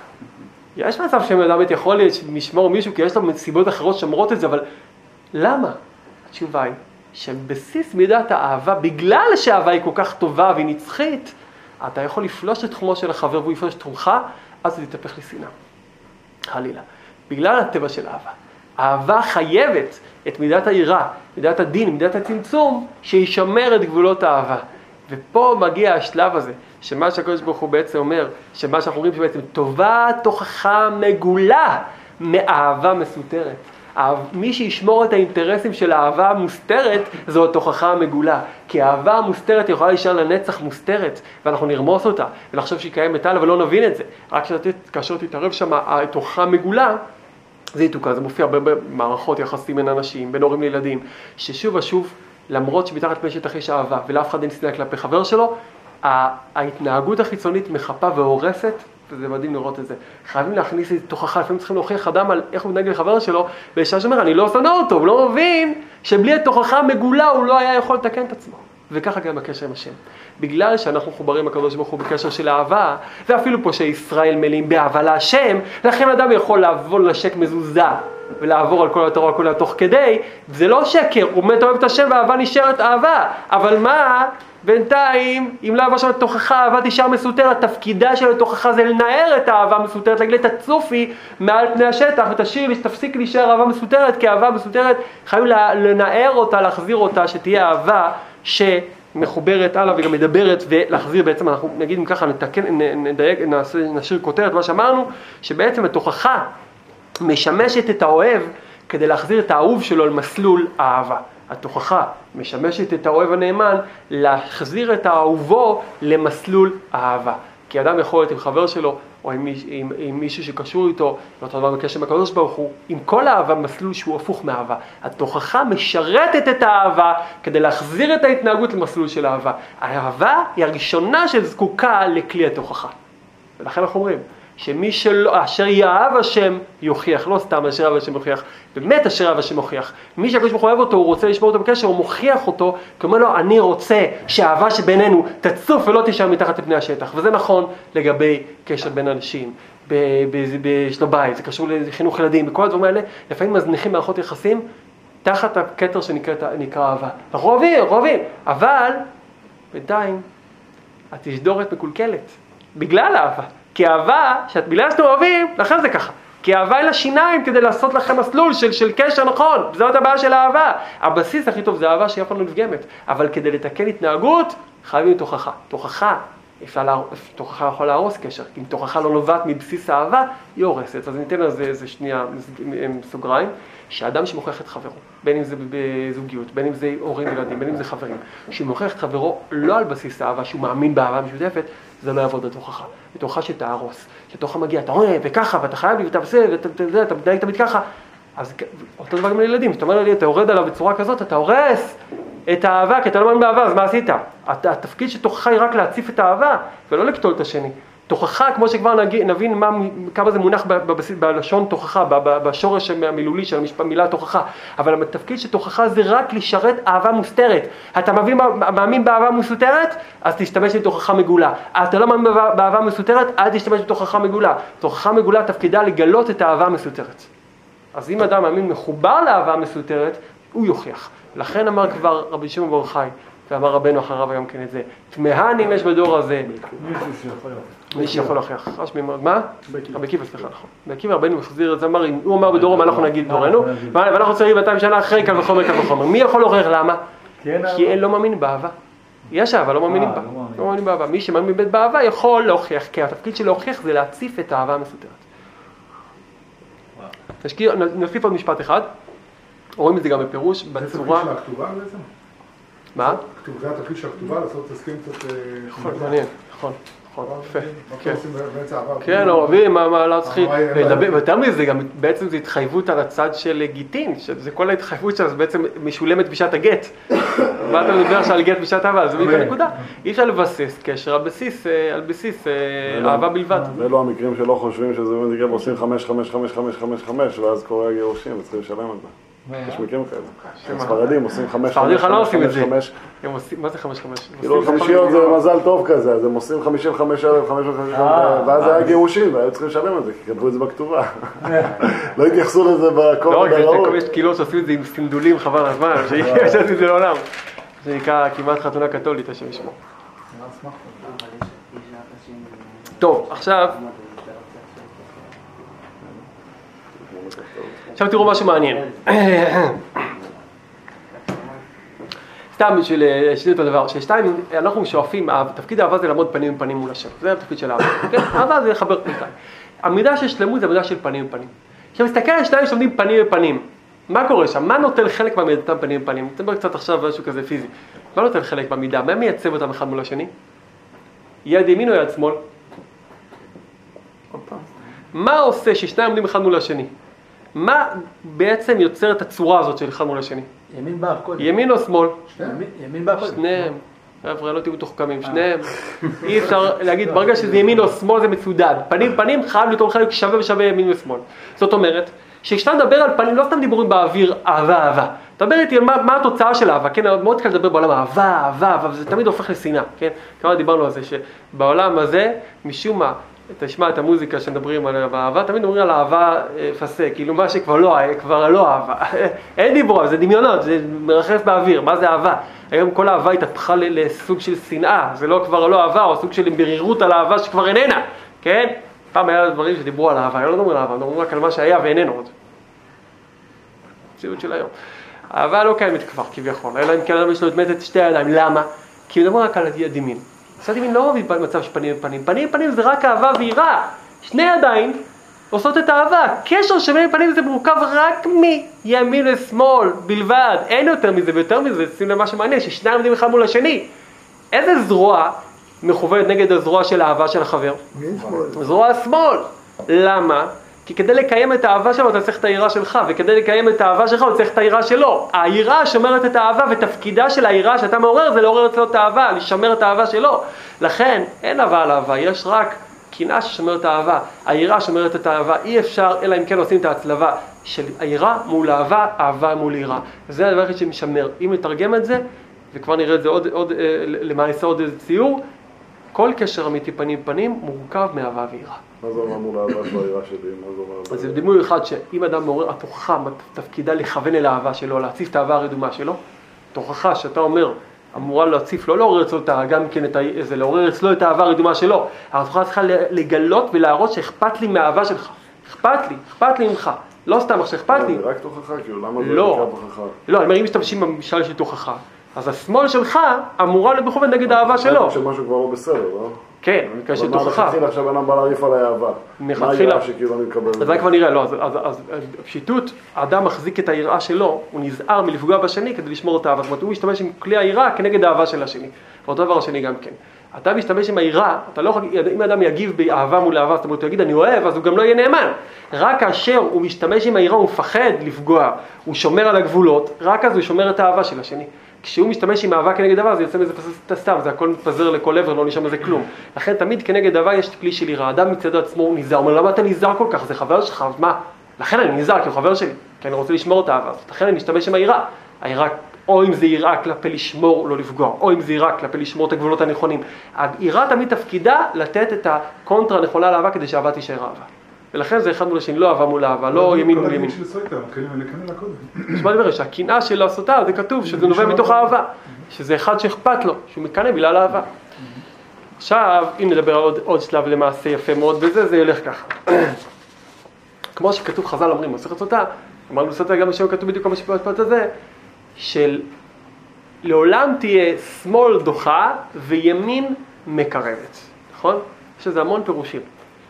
יש מצב שאדם יכול לשמור מישהו, כי יש לו סיבות אחרות שמרות את זה, אבל למה? התשובה היא, שבסיס מידת האהבה, בגלל שהאהבה היא כל כך טובה והיא נצחית, אתה יכול לפלוש את תחומו של החבר והוא יפלוש את תחומך, אז זה יתהפך לסינא. חלילה. בגלל הטבע של אהבה. האהבה חייבת את מידת היראה, מידת הדין, מידת הצמצום, שישמר את גבולות האהבה. ופה מגיע השלב הזה, שמה שהקדוש ברוך הוא בעצם אומר, שמה שאנחנו אומרים שבעצם טובה תוכחה מגולה מאהבה מסותרת. מי שישמור את האינטרסים של האהבה המוסתרת, זו התוכחה המגולה. כי האהבה המוסתרת יכולה להישאר לנצח מוסתרת, ואנחנו נרמוס אותה, ונחשוב שהיא קיימת הלאה, ולא נבין את זה. רק כאשר תתערב שם התוכחה המגולה, זה יתוקה. זה מופיע במערכות יחסים בין אנשים, בין הורים לילדים, ששוב ושוב, למרות שמתחת פני שטח יש אהבה, ולאף אחד אין שנאה כלפי חבר שלו, ההתנהגות החיצונית מחפה והורסת, וזה מדהים לראות את זה. חייבים להכניס את תוכחה, לפעמים צריכים להוכיח אדם על איך הוא מתנהג לחבר שלו, בשעה שאומר, אני לא שונא אותו, הוא לא מבין שבלי התוכחה המגולה הוא לא היה יכול לתקן את עצמו. וככה גם הקשר עם השם. בגלל שאנחנו מחוברים הקדוש ברוך הוא בקשר של אהבה, ואפילו פה שישראל מלאים באהבה להשם, לכן אדם יכול לעבור לשק מזוזה, ולעבור על כל התורה כולה תוך כדי, זה לא שקר, הוא באמת אוהב את השם והאהבה נשארת אהבה, אבל מה? בינתיים, אם לא עבר שם לתוכחה, אהבה תישאר מסותרת, תפקידה של התוכחה זה לנער את האהבה המסותרת, להגיד לי תצופי מעל פני השטח ותשאיר לי שתפסיק להישאר אהבה מסותרת, כי אהבה מסותרת חייבים לנער אותה, להחזיר אותה, שתהיה אהבה שמחוברת הלאה וגם מדברת ולהחזיר בעצם, אנחנו נגיד אם ככה נדייק, נשאיר כותרת מה שאמרנו, שבעצם התוכחה משמשת את האוהב כדי להחזיר את האהוב שלו למסלול האהבה. התוכחה משמשת את האוהב הנאמן להחזיר את האהובו למסלול האהבה. כי אדם יכול להיות עם חבר שלו, או עם מישהו שקשור איתו, ואותו דבר בקשר עם הקדוש ברוך הוא, עם כל האהבה מסלול שהוא הפוך מאהבה. התוכחה משרתת את האהבה כדי להחזיר את ההתנהגות למסלול של האהבה. האהבה היא הראשונה שזקוקה לכלי התוכחה. ולכן אנחנו אומרים, שמי שלא, אשר יאהב השם יוכיח, לא סתם אשר יאהב השם יוכיח, באמת אשר יאהב השם יוכיח. מי שהקדוש ברוך הוא אוהב אותו, הוא רוצה לשמור אותו בקשר, הוא מוכיח אותו, כי הוא אומר לו, אני רוצה שהאהבה שבינינו תצוף ולא תישאר מתחת לפני השטח. וזה נכון לגבי קשר בין אנשים, בשלום בית, זה קשור לחינוך ילדים, בכל הדברים האלה, לפעמים מזניחים מערכות יחסים, תחת הכתר שנקרא אהבה. אנחנו אוהבים, אבל בינתיים התשדורת מקולקלת, בגלל האהבה. כי אהבה, בגלל שאתם אוהבים, לכן זה ככה. כי אהבה היא לשיניים כדי לעשות לכם מסלול של קשר נכון. זאת הבעיה של האהבה. הבסיס הכי טוב זה אהבה שהיא אף פעם לא נפגמת. אבל כדי לתקן התנהגות, חייבים תוכחה. תוכחה יכול להרוס קשר. אם תוכחה לא נובעת מבסיס האהבה, היא הורסת. אז ניתן לזה איזה שנייה סוגריים. שאדם שמוכיח את חברו, בין אם זה בזוגיות, בין אם זה הורים ילדים, בין אם זה חברים, שמוכיח את חברו לא על בסיס האהבה, שהוא מאמין באהבה משותפת, זה לא יעבוד בתוכחה. בתוכחה שתהרוס, לתוכה מגיע, אתה רואה, וככה, ואתה חייב לי, ואתה עושה, ואתה מתנהג תמיד ככה. אז אותו דבר גם לילדים, זאת אומרת, אתה יורד עליו בצורה כזאת, אתה הורס את האהבה, כי אתה לא מאמין באהבה, אז מה עשית? התפקיד של תוכחה היא רק להציף את האהבה, ולא לקטול את השני. תוכחה, כמו שכבר נבין כמה זה מונח בלשון תוכחה, בשורש המילולי של המילה תוכחה, אבל התפקיד של תוכחה זה רק לשרת אהבה מוסתרת. אתה מאמין באהבה מסותרת, אז תשתמש בתוכחה מגולה. אתה לא מאמין באהבה מסותרת, אל תשתמש בתוכחה מגולה. תוכחה מגולה תפקידה לגלות את האהבה המסותרת. אז אם אדם מאמין מחובר לאהבה מסותרת, הוא יוכיח. לכן אמר כבר רבי שמעון בר יוחאי, ואמר רבנו אחריו גם כן את זה, תמהה אם יש בדור הזה. מי שיכול להוכיח. מה? רבי עקיבא, סליחה, נכון. רבי עקיבא רבנו מחזיר את זה, הוא אמר בדורו מה אנחנו נגיד דורנו, ואנחנו צריכים 200 שנה אחרי קל וחומר. מי יכול להוכיח למה? כי אין לא מאמין באהבה. יש אהבה, לא מאמינים בה. לא מאמינים באהבה. מי שמאמין באהבה יכול להוכיח, כי התפקיד של להוכיח זה להציף את האהבה המסותרת. נוסיף עוד משפט אחד. רואים את זה גם בפירוש, בצורה... זה התפקיד של הכתובה בעצם? מה? זה התפקיד של הכתובה, לעשות הסכם קצת... נכון, מעניין, נכון. יפה. מה עושים באמצע העבר? כן, אוהבים, מה לא צריכים. ויותר מזה, גם בעצם זו התחייבות על הצד של גיטין, שזה כל ההתחייבות שלה, זה בעצם משולמת בשעת הגט. מה אתה מדבר עכשיו על גט בשעת אהבה? זה בדיוק הנקודה. אי אפשר לבסס קשר על בסיס אהבה בלבד. זה לא המקרים שלא חושבים שזה באמת עושים 5, 5, 5, 5, 5, 5, ואז קורה הגירושים וצריכים לשלם על זה. יש מקרים כאלה. ספרדים עושים 5, 5, 5, 5. מה זה 5, 5? כאילו 50 זה מזל טוב כזה, אז הם עושים 55,000, 55,000, ואז היה גירושים, והיו צריכים לשלם על זה, כי כתבו את זה בכתובה. לא התייחסו לזה בקורד הרעות. יש קהילות שעושים את זה עם סינדולים חבל הזמן, שעשיתי את זה לעולם. זה נקרא כמעט חתונה קתולית, השם ישמור. טוב, עכשיו תראו משהו מעניין. סתם בשביל להשאיר את הדבר, ששתיים, אנחנו שואפים, תפקיד האהבה זה לעמוד פנים בפנים מול השם. זה התפקיד של האהבה. אהבה זה לחבר פנים. המידה של שלמות זה המידה של פנים בפנים. עכשיו מסתכל על שניים שעומדים פנים בפנים. מה קורה שם? מה נוטל חלק מהמידתם פנים בפנים? נתבר קצת עכשיו משהו כזה פיזי. מה נוטל חלק במידה? מה מייצב אותם אחד מול השני? יד ימין או יד שמאל? מה עושה ששניים עומדים אחד מול השני? מה בעצם יוצר את הצורה הזאת של אחד מול השני? ימין בא קודם. ימין או שמאל? ימין בא קודם. שניהם. חבר'ה, לא תהיו מתוחכמים, שניהם. אי אפשר להגיד, ברגע שזה ימין או שמאל זה מצודד. פנים פנים חייב ליטול חלק שווה ושווה ימין ושמאל. זאת אומרת, שכשאתה מדבר על פנים, לא סתם דיבורים באוויר, אהבה. תדבר איתי על מה התוצאה של אהבה, כן? מאוד קל לדבר בעולם אהבה, וזה תמיד הופך לשנאה, כן? כמה דיברנו על זה, שבעולם הזה, משום מה, תשמע את המוזיקה שמדברים עליה באהבה, תמיד מדברים על אהבה פסה, כאילו מה שכבר לא אהבה. אין דיבור, זה דמיונות, זה מרחף באוויר, מה זה אהבה? היום כל האהבה התהפכה לסוג של שנאה, זה לא כבר לא אהבה, או סוג של ברירות על אהבה שכבר איננה, כן? פעם היה דברים שדיברו על אהבה, היום לא מדברים על אהבה, מדברים רק על מה שהיה ואיננו עוד. מציאות של היום. אהבה לא קיימת כבר כביכול, אלא אם כן אדם יש לו את שתי הידיים, למה? כי מדברים רק על יד ימין. צד ימין לא מביא מצב שפנים בפנים, פנים בפנים זה רק אהבה ויראה, שני ידיים עושות את האהבה, קשר שבין פנים זה מורכב רק מימין לשמאל בלבד, אין יותר מזה ויותר מזה, שים למה שמעניין, ששניים עומדים אחד מול השני. איזה זרוע מכוונת נגד הזרוע של האהבה של החבר? זרוע השמאל. למה? כי כדי לקיים את האהבה שלו אתה צריך את היראה שלך, וכדי לקיים את האהבה שלך אתה צריך את היראה שלו. היראה שומרת את האהבה, ותפקידה של היראה שאתה מעורר זה לעורר אצלו את האהבה, לשמר את האהבה שלו. לכן אין אהבה על אהבה, יש רק קנאה ששומרת את האהבה. היראה שומרת את האהבה, אי אפשר אלא אם כן עושים את ההצלבה של היראה מול אהבה, אהבה מול יראה. זה הדבר הכי שמשמר. אם נתרגם את זה, וכבר נראה את זה למעשה עוד איזה ציור, כל קשר אמיתי פנים פנים מורכב מאהבה ויראה. מה זה אומר מול האהבה של היראה שלי? אז זה דימוי אחד שאם אדם מעורר, התוכחה תפקידה לכוון אל האהבה שלו, להציף את האהבה הרדומה שלו, תוכחה שאתה אומר, אמורה להציף לו, לא לעורר אצלו גם כן זה לעורר אצלו את האהבה הרדומה שלו. התוכחה צריכה לגלות ולהראות שאכפת לי מהאהבה שלך. אכפת לי ממך. לא סתם עכשיו אכפת לי. זה רק תוכחה, כאילו למה זה נקרא תוכחה? לא, אני אומר, אם משתמשים במשל של תוכחה, אז השמאל שלך אמורה לבחור נגד האהבה שלו. שמשהו כבר לא בסדר, לא? כן, בגלל של תוכחה. אבל מה עכשיו אדם בא להריף על האהבה? מה היראה שכאילו אני מקבל? אז זה כבר נראה, לא, אז בפשיטות, האדם מחזיק את היראה שלו, הוא נזהר מלפגוע בשני כדי לשמור את האהבה. זאת אומרת, הוא משתמש עם כלי היראה כנגד האהבה של השני. ואותו דבר השני גם כן. אתה משתמש עם היראה, אתה לא יכול, אם האדם יגיב באהבה מול אהבה, זאת אומרת, הוא יגיד אני אוהב, אז הוא גם לא יהיה נאמן. רק כאשר הוא משתמש עם היראה, הוא מפחד לפגוע, הוא שומר על הגבולות, רק אז הוא שומר את האהבה של השני. כשהוא משתמש עם אהבה כנגד אהבה, זה יוצא מזה סתם, זה הכל מתפזר לכל עבר, לא נשאר מזה כלום. לכן תמיד כנגד אהבה יש כלי של יראה. האדם מצד עצמו הוא נזהר, הוא אומר, למה אתה נזהר כל כך? זה חבר שלך, אז מה? לכן אני נזהר, כי הוא חבר שלי, כי אני רוצה לשמור את האהבה הזאת. לכן אני משתמש עם היראה. היראה, או אם זה יראה כלפי לשמור, לא לפגוע, או אם זה יראה כלפי לשמור את הגבולות הנכונים. היראה תמיד תפקידה לתת את הקונטרה הנכונה לאהבה כדי שהאהבה תישאר אהבה. ולכן זה אחד מול השני, לא אהבה מול אהבה, לא ימין מול ימין. נשמע דבר, שהקנאה של הסוטה, זה כתוב שזה נובע מתוך האהבה, שזה אחד שאכפת לו, שהוא מקנא בגלל אהבה. עכשיו, אם נדבר על עוד שלב למעשה יפה מאוד בזה, זה ילך ככה. כמו שכתוב חז"ל אומרים, מסכת סוטה, אמרנו סוטה גם בשם כתוב בדיוק המשפט הזה, של לעולם תהיה שמאל דוחה וימין מקרבת, נכון? יש לזה המון פירושים.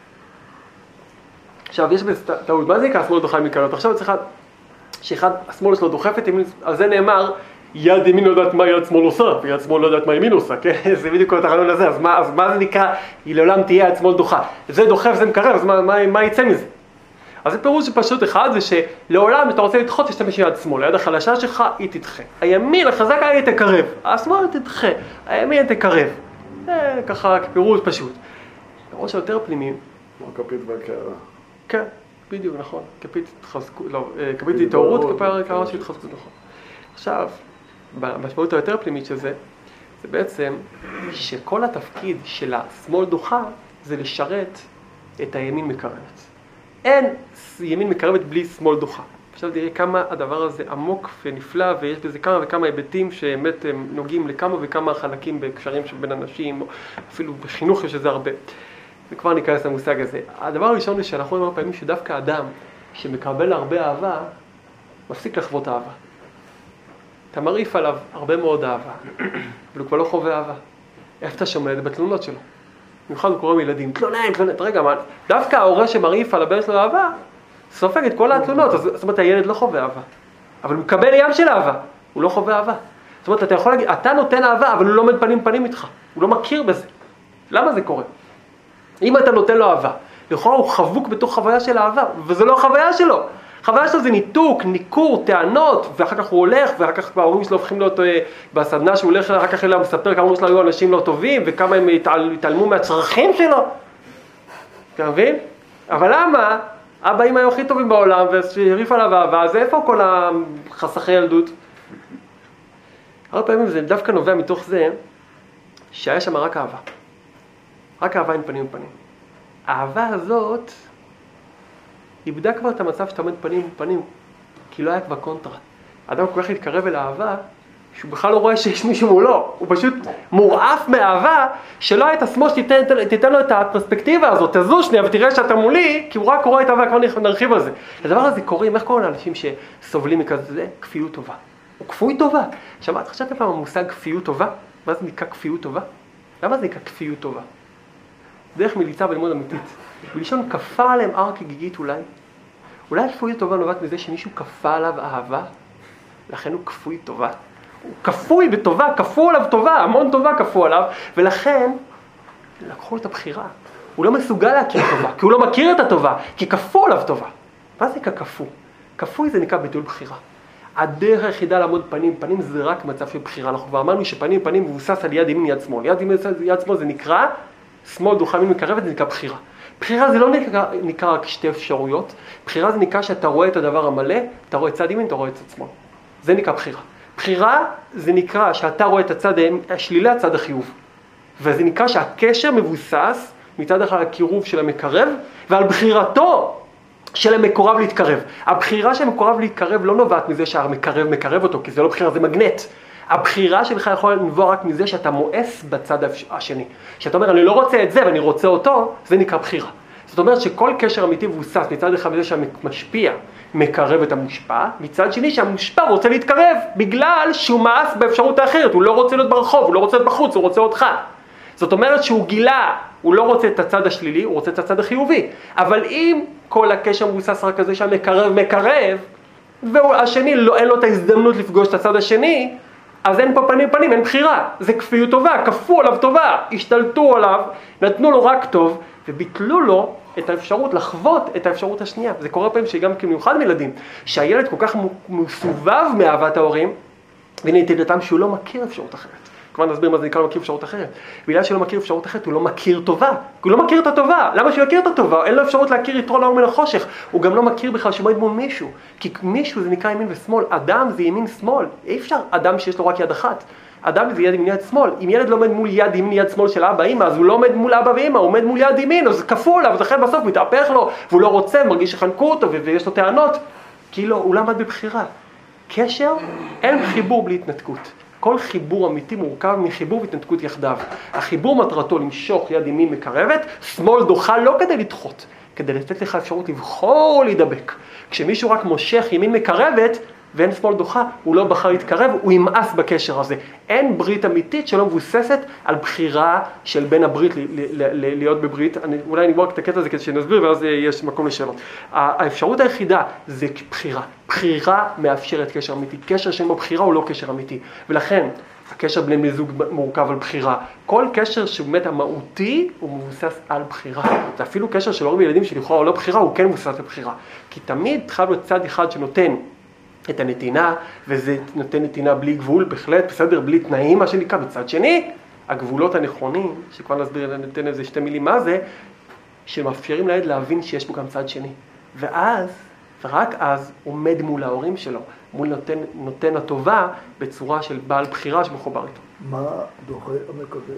עכשיו, יש בזה טעות, מה זה נקרא שמאל דוחה מקרבת? עכשיו צריך שאחד, השמאל שלו דוחפת, על זה נאמר, יד ימין לא יודעת מה יד שמאל עושה, ויד שמאל לא יודעת מה ימין עושה, כן? זה בדיוק את הרעיון הזה, אז מה זה נקרא, היא לעולם תהיה יד שמאל דוחה? זה דוחף, זה מקרב, אז מה יצא מזה? אז הפירוש פשוט אחד זה שלעולם אתה רוצה לדחות, תשתמש עם יד שמאל, היד החלשה שלך היא תדחה. הימין החזק היא תקרב, השמאל תדחה, הימין תקרב. זה ככה פירוש פשוט. הפירוש היותר פנימי. כמו כפית והקערה. כן, בדיוק, נכון. כפית התעוררות, קערה של התחזקות, נכון. עכשיו, במשמעות היותר פנימית של זה, זה בעצם שכל התפקיד של השמאל דוחה זה לשרת את הימין מקרבת. אין ימין מקרבת בלי שמאל דוחה. עכשיו תראה כמה הדבר הזה עמוק ונפלא, ויש בזה כמה וכמה היבטים שבאמת הם נוגעים לכמה וכמה חלקים בקשרים שבין אנשים, אפילו בחינוך יש לזה הרבה. וכבר ניכנס למושג הזה. הדבר הראשון הוא שאנחנו רואים הרבה פעמים שדווקא אדם שמקבל הרבה אהבה, מפסיק לחוות אהבה. אתה מרעיף עליו הרבה מאוד אהבה, אבל הוא כבר לא חווה אהבה. איפה אתה שומע את זה? בתלונות שלו. במיוחד הוא קורא מילדים, תלונן. רגע, מה? דווקא ההורה שמרעיף על הבן שלו אהבה, סופג את כל התלונות. זאת אומרת, הילד לא חווה אהבה. אבל הוא מקבל ים של אהבה, הוא לא חווה אהבה. זאת אומרת, אתה יכול להגיד, אתה נותן אהבה, אבל הוא לא עומד פנים איתך. הוא לא מכיר בזה. למה זה קורה? אם אתה נותן לו אהבה, לכאורה הוא חבוק בתוך חוויה של אהבה, וזה לא החוויה שלו. החוויה שלו זה ניתוק, ניכור, טענות, ואחר כך הוא הולך, ואחר כך ההורים שלו הופכים להיות בסדנה שהוא הולך, אחר כך הוא מספר כמה ההורים שלו היו אנשים לא טובים, וכמה הם התעלמו מהצרכים שלו. אתה מבין? אבל למה? אבא אמא היו הכי טובים בעולם, והריף עליו אהבה, אז איפה כל החסכי ילדות? הרבה פעמים זה דווקא נובע מתוך זה, שהיה שם רק אהבה. רק אהבה עם פנים ופנים. האהבה הזאת איבדה כבר את המצב שאתה עומד פנים בפנים, כי לא היה כבר קונטרה. האדם כל כך התקרב אל האהבה, שהוא בכלל לא רואה שיש מישהו מולו, הוא פשוט מורעף מאהבה, שלא היית השמאל שתיתן לו את הפרספקטיבה הזאת, תזוז שנייה ותראה שאתה מולי, כי הוא רק רואה את האהבה, כבר נרחיב על זה. הדבר הזה קוראים, איך קוראים לאנשים שסובלים מכזה? כפיות טובה. הוא כפוי טובה. עכשיו, את חשבת פעם המושג כפיות טובה? מה זה נקרא כפיות טובה? למה זה נקרא כפיות טובה? דרך מליצה בלימוד אמיתית. בלשון כפה עליהם הר כגיגית אולי כפוי טובה נובעת מזה שמישהו כפה עליו אהבה, לכן הוא כפוי טובה. הוא כפוי בטובה, כפו עליו טובה, המון טובה כפו עליו, ולכן לקחו את הבחירה. הוא לא מסוגל להכיר טובה, כי הוא לא מכיר את הטובה, כי כפו עליו טובה. מה זה כפו? כפוי זה נקרא ביטול בחירה. הדרך היחידה לעמוד פנים, פנים זה רק מצב של בחירה. אנחנו כבר אמרנו שפנים פנים מבוסס על יד ימין יד שמאל. יד ימין יד שמאל זה נקרא, שמאל דוחה ימין מקרבת, זה נקרא בחירה. בחירה זה לא נקרא רק שתי אפשרויות. בחירה זה נקרא שאתה רואה את הדבר המלא, אתה רואה את צד ימין, אתה רואה את צד שמאל. זה נקרא בחירה. בחירה זה נקרא שאתה רואה את הצד השלילה, הצד החיוב. וזה נקרא שהקשר מבוסס מצד אחד על הקירוב של המקרב, ועל בחירתו של המקורב להתקרב. הבחירה של המקורב להתקרב לא נובעת מזה שהמקרב מקרב אותו, כי זה לא בחירה, זה מגנט. הבחירה שלך יכולה לנבוע רק מזה שאתה מואס בצד השני. שאתה אומר, אני לא רוצה את זה ואני רוצה אותו, זה נקרא בחירה. זאת אומרת שכל קשר אמיתי מבוסס מצד אחד בזה שהמשפיע מקרב את המושפע, מצד שני שהמושפע רוצה להתקרב, בגלל שהוא מאס באפשרות האחרת, הוא לא רוצה להיות ברחוב, הוא לא רוצה להיות בחוץ, הוא רוצה אותך. זאת אומרת שהוא גילה, הוא לא רוצה את הצד השלילי, הוא רוצה את הצד החיובי. אבל אם כל הקשר מבוסס רק כזה שהמקרב מקרב, והשני אין לו את ההזדמנות לפגוש את הצד השני, אז אין פה פנים פנים, אין בחירה. זה כפיות טובה, כפו עליו טובה, השתלטו עליו, נתנו לו רק טוב, וביטלו לו את האפשרות לחוות את האפשרות השנייה. זה קורה פעמים שגם כמיוחד מילדים, שהילד כל כך מסובב מאהבת ההורים, ונטילתם שהוא לא מכיר אפשרות אחרת. כבר נסביר מה זה נקרא לא מכיר אפשרות אחרת. בגלל שלא מכיר אפשרות אחרת, הוא לא מכיר טובה. הוא לא מכיר את הטובה. למה שהוא יכיר את הטובה? אין לו אפשרות להכיר יתרון האור מן החושך. הוא גם לא מכיר בכלל שהוא עומד מול מישהו. כי מישהו זה נקרא ימין ושמאל. אדם זה ימין שמאל. אי אפשר אדם שיש לו רק יד אחת. אדם זה יד ימין יד שמאל. אם ילד לא עומד מול יד ימין יד שמאל של אבא אמא, אז הוא לא עומד מול אבא ואמא, הוא עומד מול יד ימין, אז כפו עליו, אז לכן בסוף מתהפך לו, והוא לא רוצה, מרגיש שחנקו אותו ויש לו טענות. כאילו, הוא לא עמד בבחירה. קשר, אין חיבור בלי התנתקות. כל חיבור אמיתי מורכב מחיבור והתנתקות יחדיו. החיבור מטרתו למשוך יד ימין מקרבת, שמאל דוחה לא כדי לדחות, כדי לתת לך אפשרות לבחור או להידבק. כשמישהו רק מושך ימין מקרבת ואין שמאל דוחה, הוא לא בחר להתקרב, הוא ימאס בקשר הזה. אין ברית אמיתית שלא מבוססת על בחירה של בין הברית להיות בברית. אולי נגמור את הקטע הזה כדי שנסביר ואז יש מקום לשאלות. האפשרות היחידה זה בחירה. בחירה מאפשרת קשר אמיתי. קשר שאין בו בחירה הוא לא קשר אמיתי. ולכן הקשר בין בני זוג מורכב על בחירה. כל קשר שבאמת המהותי הוא מבוסס על בחירה. זה אפילו קשר של הורים וילדים שלכאורה הוא לא בחירה, הוא כן מבוסס על בחירה. כי תמיד חייב להיות צד אחד שנותן את הנתינה, וזה נותן נתינה בלי גבול, בהחלט, בסדר, בלי תנאים, מה שנקרא. בצד שני, הגבולות הנכונים, שכבר נסביר, ניתן איזה שתי מילים מה זה, שמאפשרים לילד להבין שיש פה גם צד שני. ואז, ורק אז, עומד מול ההורים שלו, מול נותן הטובה, בצורה של בעל בחירה שמחובר איתו. מה דוחה המקבל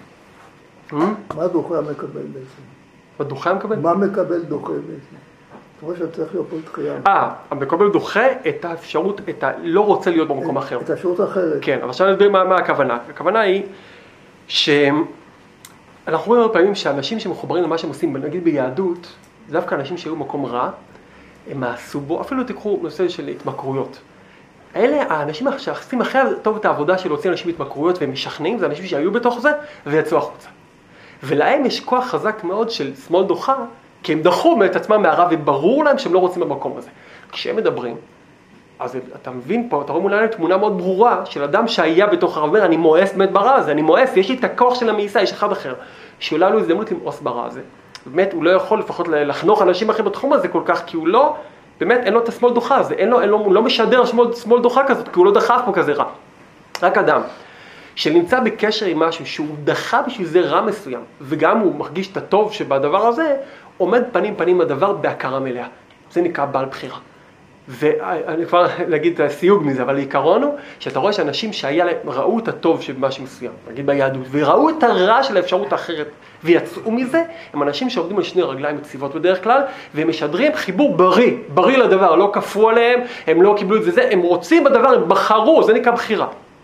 בעצם? מה דוחה המקבל בעצם? מה דוחה המקבל? מה מקבל דוחה בעצם? כמו שצריך להיות פה דחייה. המקבל דוחה את האפשרות, לא רוצה להיות במקום אחר. את האפשרות האחרת. כן, אבל עכשיו נסביר מה הכוונה. הכוונה היא שאנחנו רואים הרבה פעמים שאנשים שמחוברים למה שהם עושים, נגיד ביהדות, זה דווקא אנשים שהיו במקום רע, הם מעשו בו, אפילו תיקחו נושא של התמכרויות. אלה האנשים שעושים הכי טוב את העבודה של להוציא אנשים התמכרויות והם משכנעים, זה אנשים שהיו בתוך זה ויצאו החוצה. ולהם יש כוח חזק מאוד של שמאל דוחה, כי הם דחו את עצמם מהרע וברור להם שהם לא רוצים במקום הזה. כשהם מדברים, אז אתה מבין פה, אתה רואה מולה תמונה מאוד ברורה של אדם שהיה בתוך הרע, אומר, אני מואס באמת ברע הזה, אני מואס, יש לי את הכוח של המאיסה, יש אחד אחר, שאולי לו הזדמנות למאוס ברע הזה. באמת, הוא לא יכול לפחות לחנוך אנשים אחרים בתחום הזה כל כך, כי הוא לא, באמת, אין לו את השמאל דוחה הזה, הוא לא משדר שמאל דוחה כזאת, כי הוא לא דחף פה כזה רע. רק אדם שנמצא בקשר עם משהו שהוא דחה בשביל זה רע מסוים, וגם הוא מרגיש את הטוב שבדבר הזה, עומד פנים פנים הדבר בהכרה מלאה. זה נקרא בעל בחירה. ואני כבר להגיד את הסיוג מזה, אבל העיקרון הוא שאתה רואה שאנשים ראו את הטוב שבמשהו מסוים, נגיד ביהדות, וראו את הרע של האפשרות האחרת, ויצאו מזה, הם אנשים שעובדים על שני רגליים יציבות בדרך כלל, והם משדרים חיבור בריא לדבר, לא כפו עליהם, הם לא קיבלו את זה, הם רוצים בדבר, הם בחרו, זה נקרא בחירה.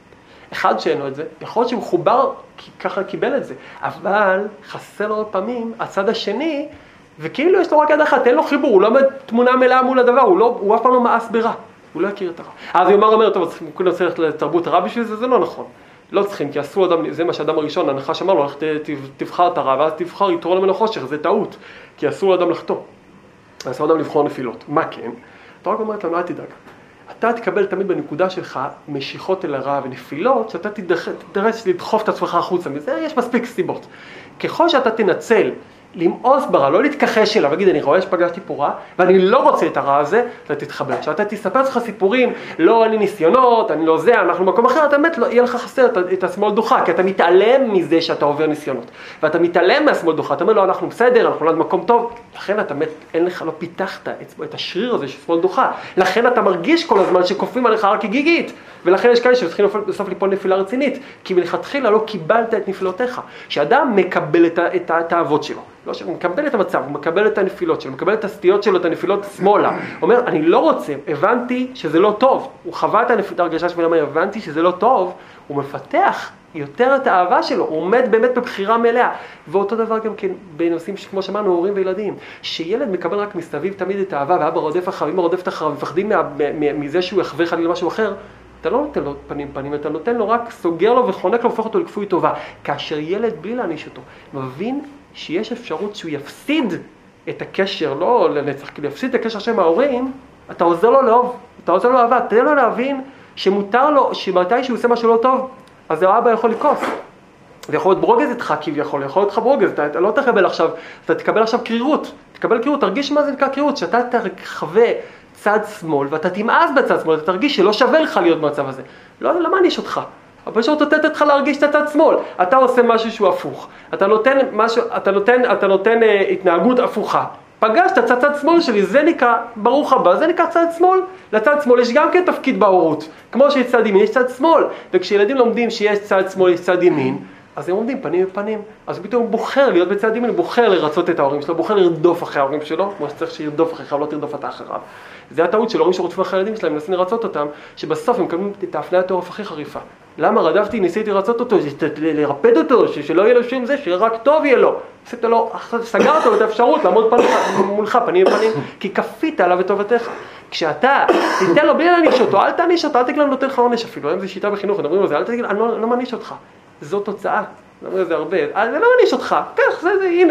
אחד שאין לו את זה, יכול להיות שהוא מחובר, ככה קיבל את זה, אבל חסר לו פעמים הצד השני, וכאילו יש לו רק יד אחת, אין לו חיבור, הוא לא תמונה מלאה מול הדבר, הוא אף פעם לא מאס ברע, הוא לא יכיר את הרע. אז יאמר אומר, טוב, כולם צריך לתרבות הרע בשביל זה, זה לא נכון. לא צריכים, כי אסור אדם, זה מה שאדם הראשון, הנחש אמר לו, תבחר את הרע, ואז תבחר יתרון ממנו חושך, זה טעות, כי אסור לאדם לחטוא. אסור לאדם לבחור נפילות. מה כן? אתה רק אומרת לנו, אל תדאג. אתה תקבל תמיד בנקודה שלך משיכות אל הרע ונפילות, שאתה תדרש לדחוף את עצמך החוצה מזה, יש מספיק סיבות. ככל שאתה תנצל למאוס ברע, לא להתכחש אליו, להגיד, אני רואה שפגשתי פה רע, ואני לא רוצה את הרע הזה, אתה תתחבר. שאתה תספר לך סיפורים, לא אני ניסיונות, אני לא זה, אנחנו במקום אחר, אתה באמת, לא, יהיה לך חסר את השמאל דוחה, כי אתה מתעלם מזה שאתה עובר ניסיונות. ואתה מתעלם מהשמאל דוחה, אתה אומר, לא, אנחנו בסדר, אנחנו נולד מקום טוב, לכן אתה באמת, אין לך, לא פיתחת את השריר הזה של שמאל דוחה, לכן אתה מרגיש כל הזמן שכופים עליך רק גיגית, ולכן יש כאלה שצריכים בסוף ליפול נפילה רצינית, כי מלכתחילה לא קיבלת את נפילותיך, שאדם מקבל את התאוות שלו. לא שהוא מקבל את המצב, הוא מקבל את הנפילות שלו, הוא מקבל את הסטיות שלו, את הנפילות שמאלה. הוא אומר, אני לא רוצה, הבנתי שזה לא טוב. הוא חווה את ההרגשה שלו, הבנתי שזה לא טוב, הוא מפתח יותר את האהבה שלו, הוא עומד באמת בבחירה מלאה. ואותו דבר גם כן בנושאים כמו שאמרנו, הורים וילדים, שילד מקבל רק מסביב תמיד את האהבה, ואבא רודף אחריו, אמא רודפת אחריו, מפחדים מזה שהוא יחווה חלילה משהו אחר. אתה לא נותן לו פנים, אתה נותן לו רק סוגר לו וחונק לו, הופך אותו לכפוי טובה. כאשר ילד בלי להעניש אותו, מבין שיש אפשרות שהוא יפסיד את הקשר, לא לנצח, כי יפסיד את הקשר שם ההורים, אתה עוזר לו לאהוב, אתה עוזר לו אהבה, תן לו להבין שמותר לו, שמתי שהוא עושה משהו לא טוב, אז האבא יכול לקוס. זה יכול להיות ברוגז איתך כביכול, יכול להיות לך ברוגז, אתה לא תקבל עכשיו, אתה תקבל עכשיו קרירות, תקבל קרירות, תרגיש מה זה נקרא קרירות, שאתה תחווה צד שמאל ואתה תמאס בצד שמאל, אתה תרגיש שלא שווה לך להיות במצב הזה. לא מעניש אותך. אבל פשוט נותנת אותך להרגיש את הצד שמאל. אתה עושה משהו שהוא הפוך. אתה נותן התנהגות הפוכה. פגשת את הצד שמאל שלי, זה נקרא, ברוך הבא, זה נקרא צד שמאל. לצד שמאל יש גם כן תפקיד בהורות. כמו שיש צד ימין, יש צד שמאל. וכשילדים לומדים שיש צד שמאל, יש צד ימין, אז הם עומדים פנים בפנים. אז פתאום הוא בוחר להיות בצד ימין, הוא בוחר לרצות את ההורים שלו, בוחר לרדוף אחרי ההורים שלו, כמו שצריך שירדוף אחריך, לא תרדוף אתה אחריו. זה הטעות של הורים שרודפים אחרי הילדים שלהם, מנסים לרצות אותם, שבסוף הם מקבלים את ההפניית העורף הכי חריפה. למה רדפתי, ניסיתי לרצות אותו, לרפד אותו, שלא יהיה לו שום זה, שרק טוב יהיה לו. סגרת לו את האפשרות לעמוד מולך, פנים בפנים, כי כפית עליו את טובתך. כשאתה תיתן לו בלי להניש אותו, אל תעניש אותו, אל תגיד לו נותן לך עונש אפילו, היום זה שיטה בחינוך, מדברים על זה, אל תגיד, אני לא מעניש אותך. זו תוצאה, זה הרבה, אני לא מעניש אותך, כך, זה, הנה.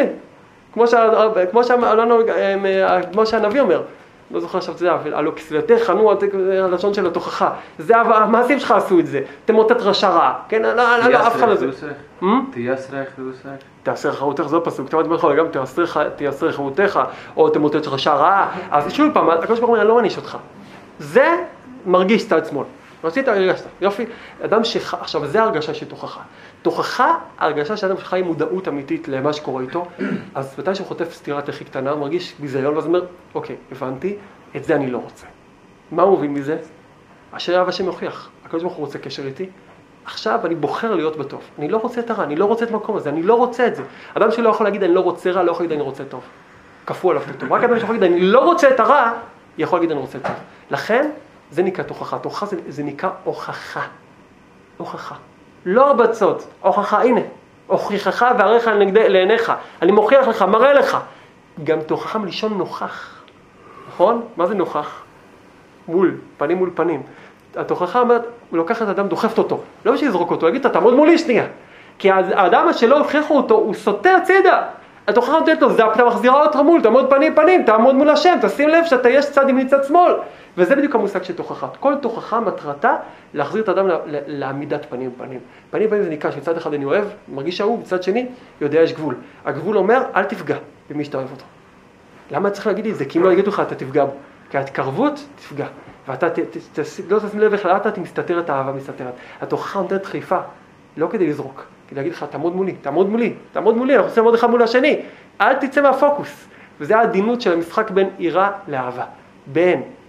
כמו שהנביא אומר, לא זוכר עכשיו את זה, הלא כסלתך, נו, הלשון של התוכחה. זה, המעשים שלך עשו את זה. תמוטט רשע רע. כן, לא, אף אחד לזה. תייסרח חירותך. תייסרח חירותך, זה פסוק. תמיד בכל, גם תייסרח חירותך, או תמוטט רשע רע. אז שוב פעם, הקדוש ברוך הוא אומר, אני לא מעניש אותך. זה מרגיש צד שמאל. רצית, הרגשת. יופי. אדם עכשיו, זה הרגשה של תוכחה. תוכחה, הרגשה שאדם שחי עם מודעות אמיתית למה שקורה איתו, אז מתי שהוא חוטף סתירת הכי קטנה, הוא מרגיש ביזיון, ואז אומר, אוקיי, הבנתי, את זה אני לא רוצה. מה הוא מבין מזה? אשר אהב השם יוכיח. הקדוש ברוך הוא רוצה קשר איתי. עכשיו אני בוחר להיות בטוב. אני לא רוצה את הרע, אני לא רוצה את המקום הזה, אני לא רוצה את זה. אדם שלא יכול להגיד, אני לא רוצה רע, לא יכול להגיד, אני רוצה טוב. כפו עליו את הטוב. רק אדם שיכול להגיד, אני לא רוצה את הרע, יכול להגיד, אני רוצה טוב. לכן, זה נקרא תוכחה. תוכחה זה נקרא הוכחה. הוכחה. לא הרבצות, הוכחה, הנה, הוכיחך ועריך לעיניך, אני מוכיח לך, מראה לך. גם תוכחה מלישון נוכח, נכון? מה זה נוכח? פנים מול פנים. התוכחה אומרת, הוא לוקח את האדם, דוחפת אותו, לא בשביל לזרוק אותו, להגיד, תעמוד מולי שנייה. כי האדם שלא הוכיחו אותו, הוא סוטה הצידה. התוכחה נותנת לו, אתה מחזירה אותו מול, תעמוד פנים, תעמוד מול השם, תשים לב שאתה יש צד ימין צד שמאל. וזה בדיוק המושג של תוכחה. כל תוכחה מטרתה להחזיר את האדם לעמידת פנים בפנים. פנים בפנים זה נקרא שמצד אחד אני אוהב, מרגיש אהוב, מצד שני יודע יש גבול. הגבול אומר, אל תפגע במי שאתה אוהב אותו. למה צריך להגיד לי זה? כי אם לא יגידו לך, אתה תפגע בו. כי ההתקרבות תפגע. ואתה לא תשים לב איך לאט אתה מסתתרת, האהבה מסתתרת. התוכחה נותנת דחיפה, לא כדי לזרוק, כדי להגיד לך, תעמוד מולי, אנחנו עושים עוד אחד מול השני. אל תצא מהפוקוס. וזה העדינות של המשחק בין עירה לאהבה. בין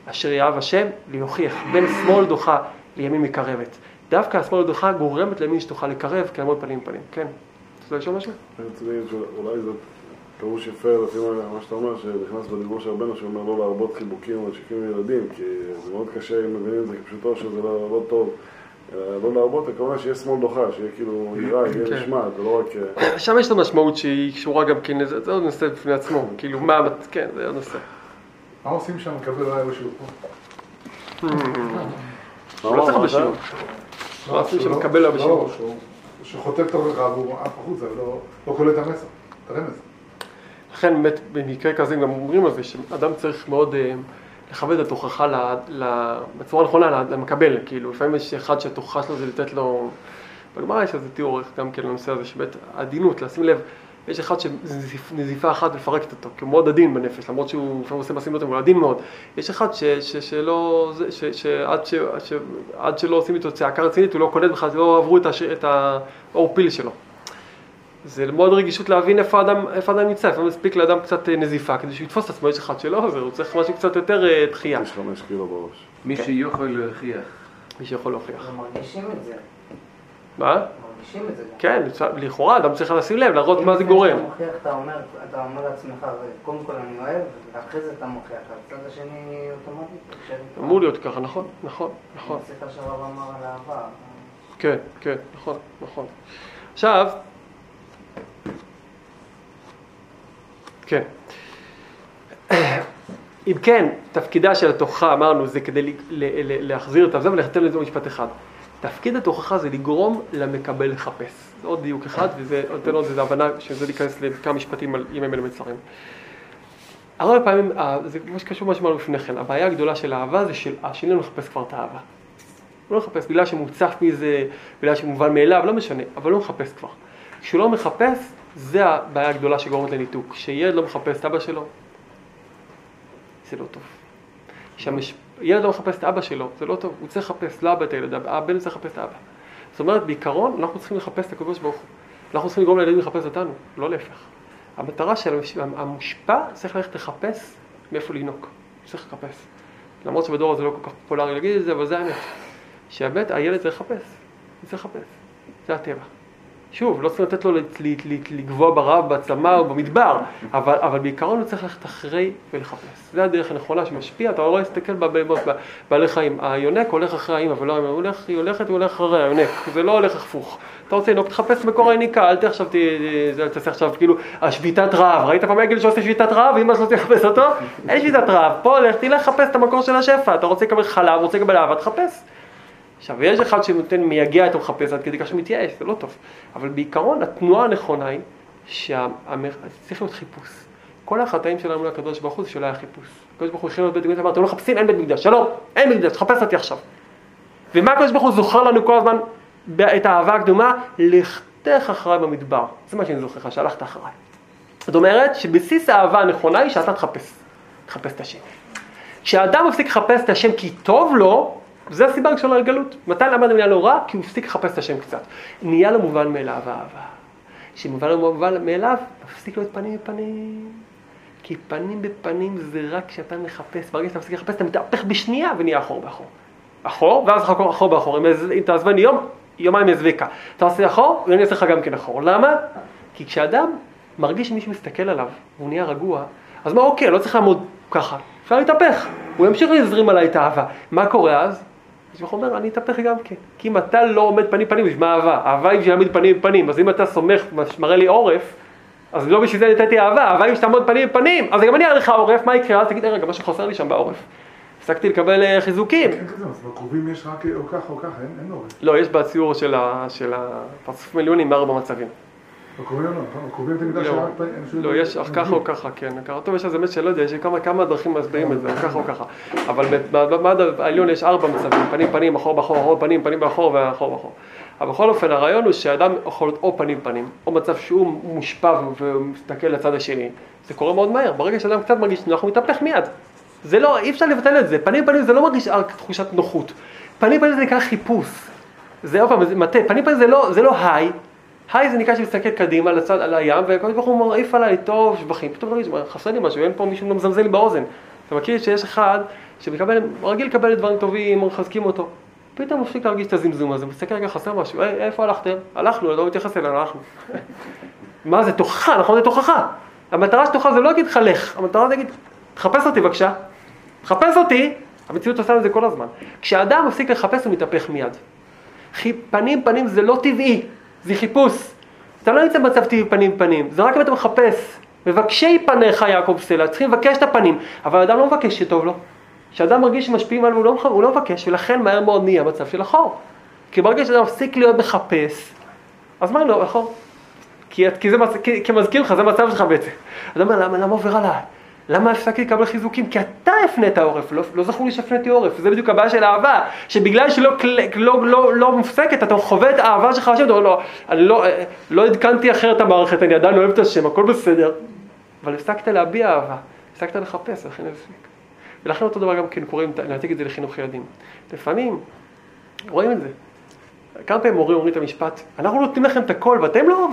אשר יאהב השם ליוכיח, בין שמאל דוחה לימין מקרבת. דווקא השמאל דוחה גורמת לימין שתוכל לקרב, כי לעמוד פנים בפנים. כן? רוצה לשאול משהו? אני רוצה להגיד שאולי זה פירוש יפה לפי מה שאתה אומר, שנכנס בדיבור של רבנו שאומר לא להרבות חיבוקים או נשיקים לילדים, כי זה מאוד קשה אם מבינים את זה כפשוטו שזה לא טוב. לא להרבות, הכוונה שיהיה שמאל דוחה, שיהיה כאילו יראה, יהיה נשמעת, ולא רק... שם יש את המשמעות שהיא קשורה גם כן, זה עוד נושא בפני עצמו, כאילו מה, כן, זה עוד נושא. מה עושים שם מקבל רעי בשיעור פה? לא צריך בשיעור. מה עושים שם מקבל רעי בשיעור? שחוטף את הרחב, הוא אף החוצה, לא קולט את המסר, את הרמז. לכן באמת במקרה כזה גם אומרים על זה שאדם צריך מאוד לכבד את התוכחה בצורה נכונה למקבל, כאילו לפעמים יש אחד שהתוכחה שלו זה לתת לו, בגמרא יש איזה תיאור גם כן לנושא הזה שבאמת עדינות, לשים לב, יש אחד שנזיפה אחת ולפרקת אותו, כי הוא מאוד עדין בנפש, למרות שהוא לפעמים עושה מעשים לא טובים, הוא עדין מאוד. יש אחד שעד שלא עושים איתו צעקה רצינית, הוא לא קולט בכלל, לא עברו את האור פיל שלו. זה מאוד רגישות להבין איפה אדם נמצא, לפעמים מספיק לאדם קצת נזיפה, כדי שהוא יתפוס את עצמו, יש אחד שלא, הוא צריך משהו קצת יותר דחייה. יש 5 קילו בראש. מי שיכול להוכיח. מי שיכול להוכיח. הם מרגישים את זה. מה? מרגישים את זה. כן, לכאורה אדם צריך לשים לב, להראות מה זה גורם. אתה אומר לעצמך, קודם כל אני אוהב, ואחרי זה אתה מוכיח, הצד השני אוטומטית. אמור להיות ככה, נכון, נכון, נכון. סליחה שהרב אמר על אהבה. כן, כן, נכון, נכון. עכשיו, כן. אם כן, תפקידה של התוכחה, אמרנו, זה כדי להחזיר את זה, ולכתב לזה משפט אחד. תפקיד התוכחה זה לגרום למקבל לחפש. זה עוד דיוק אחד, וזה נותן עוד איזו הבנה שזה להיכנס לכמה משפטים על ימי בין המצרים. הרבה פעמים, זה כמו שקשור מה שאמרנו לפני כן, הבעיה הגדולה של האהבה זה שהשני לא מחפש כבר את האהבה. הוא לא מחפש, בגלל שמוצף מזה, בגלל שמובן מאליו, לא משנה, אבל לא מחפש כבר. כשהוא לא מחפש, זה הבעיה הגדולה שגורמת לניתוק. כשילד לא מחפש את אבא שלו, זה לא טוב. כשילד לא מחפש את אבא שלו, זה לא טוב. הוא צריך לחפש לאבא את הילד, הבן צריך לחפש את האבא. זאת אומרת, בעיקרון, אנחנו צריכים לחפש את הקדוש ברוך הוא. אנחנו צריכים לגרום לילדים לחפש אותנו, לא להפך. המטרה של המושפע צריך ללכת לחפש מאיפה לינוק. צריך לחפש. למרות שבדור הזה לא כל כך פופולרי להגיד את זה, אבל זה האמת. שהאמת, הילד צריך לחפש. הוא צריך לחפש. זה הטבע. שוב, לא צריכים לתת לו לגבוע ברעב, בצמא או במדבר, אבל בעיקרון הוא צריך ללכת אחרי ולחפש. זה הדרך הנכונה שמשפיע, אתה לא להסתכל בבעלי חיים. היונק הולך אחרי האמא, אבל לא, היא הולכת והולך אחרי היונק, זה לא הולך הפוך. אתה רוצה לנוק, תחפש מקור היניקה, אל תעשה עכשיו כאילו השביתת רעב. ראית פעם עגל שעושה שביתת רעב, אמא שלא תחפש אותו? אין שביתת רעב, פה תלך לחפש את המקור של השפע, אתה רוצה לקבל חלב, רוצה לקבל אהבה, תחפש. עכשיו, יש אחד שנותן מייגע את המחפש עד כדי כך שמתייאש, זה לא טוב. אבל בעיקרון, התנועה הנכונה היא שצריך להיות חיפוש. כל החטאים שלנו לקדוש ברוך הוא זה שלא היה חיפוש. הקדוש ברוך הוא הכין לנו בית מקדש, אמר, אתם לא מחפשים, אין בית מקדש, שלום, אין בית מקדש, תחפש אותי עכשיו. ומה הקדוש ברוך הוא זוכר לנו כל הזמן את האהבה הקדומה? לכתך אחריי במדבר. זה מה שאני זוכר לך, שהלכת אחריי. זאת אומרת שבסיס האהבה הנכונה היא שאתה תחפש את השם. כשאדם מפסיק לחפש את השם כי טוב לו, זה הסיבה שלו לגלות. מתי למד נהיה לו רע? כי הוא הפסיק לחפש את השם קצת. נהיה לו מובן מאליו האהבה. כשמובן לו מובן מאליו, מפסיק לו את פנים בפנים. כי פנים בפנים זה רק כשאתה מחפש. ברגע שאתה מפסיק לחפש, אתה מתהפך בשנייה ונהיה אחור באחור. אחור, ואז אחור באחור. אם תעזבני יומיים יזביקה. אתה עושה אחור, ואני אעשה לך גם כן אחור. למה? כי כשאדם מרגיש שמישהו מסתכל עליו, והוא נהיה רגוע, אז מה, אוקיי, לא צריך לעמוד ככה. אפשר להתהפך. הוא ימשיך להזרים עליי את האהבה. מה קורה אז? אז הוא אומר, אני אתהפך גם כן. כי אם אתה לא עומד פנים פנים, יש מה אהבה? אהבה היא בשביל להעמיד פנים בפנים. אז אם אתה סומך, מראה לי עורף, אז לא בשביל זה נתתי אהבה. אהבה היא שאתה עומד פנים בפנים. אז גם אני אראה לך עורף, מה יקרה? אז תגיד, רגע, משהו חסר לי שם בעורף. הפסקתי לקבל חיזוקים. אין כזה, אז בקרובים יש רק או ככה או ככה, אין עורף. לא, יש בציור של הפרצוף מיליונים 4 מצבים. בקרובים לא, בקרובים אתה יודע שרק לא, יש ככה או ככה, כן. טוב, יש איזה באמת שלא יודע, יש כמה דרכים מסבירים את זה, ככה או ככה. אבל במעמד העליון יש 4 מצבים, פנים פנים, אחור באחור, אחור פנים, פנים באחור ואחור באחור. אבל בכל אופן, הרעיון הוא שהאדם יכול להיות או פנים פנים, או מצב שהוא מושפע ומסתכל לצד השני. זה קורה מאוד מהר, ברגע שאדם קצת מרגיש נוח, הוא מתהפך מיד. זה לא, אי אפשר לבטל את זה. פנים פנים זה לא מרגיש תחושת נוחות. פנים פנים זה נקרא חיפוש. זה עוד פעם, מטה, פנים פנים זה לא היי. היי זה נקרא שמסתכל קדימה לצד על הים, והקדוש ברוך הוא מרעיף עליי טוב שבחים. פתאום מרגיש, חסר לי משהו, אין פה מישהו מזמזל לי באוזן. אתה מכיר שיש אחד רגיל לקבל דברים טובים, מחזקים אותו. פתאום מפסיק להרגיש את הזמזום הזה, מסתכל רגע חסר משהו, איפה הלכתם? הלכנו, לא מתייחס אלינו, הלכנו. מה זה תוכחה? נכון, זה תוכחה. המטרה של תוכחה זה לא להגיד לך לך, המטרה זה להגיד, תחפש אותי בבקשה, תחפש אותי, המציאות עושה את זה כל הזמן. כשאדם מפסיק לחפש הוא מתהפך מיד. פנים זה לא טבעי, זה חיפוש. אתה לא נמצא במצב טבעי פנים, זה רק אם אתה מחפש. מבקשי פניך יעקב סלע, צריכים לבקש את הפנים, אבל האדם לא מבקש שטוב לו. כשאדם מרגיש שמשפיעים עליו הוא לא מבקש, ולכן מהר מאוד נהיה מצב של אחור. כי ברגע שאדם מפסיק להיות מחפש, אז מה לא אחור? כי מזכיר לך, זה מצב שלך בעצם. אתה אומר, למה עובר עליי? למה הפסקתי לקבל חיזוקים? כי אתה הפנית עורף, לא זכור לי שהפניתי עורף. זה בדיוק הבעיה של האהבה, שבגלל שלא מופסקת, אתה חווה את האהבה שלך לשם, אני לא עדכנתי אחרת המערכת, אני עדיין אוהב את השם, הכל בסדר. אבל הפסקת להביע אהבה, הפסקת לחפש, לכן הפסיק. ולכן אותו דבר גם כן קוראים, להציג את זה לחינוך ילדים. לפעמים, רואים את זה. כמה פעמים אומרים את המשפט, אנחנו נותנים לכם את הכל ואתם לא,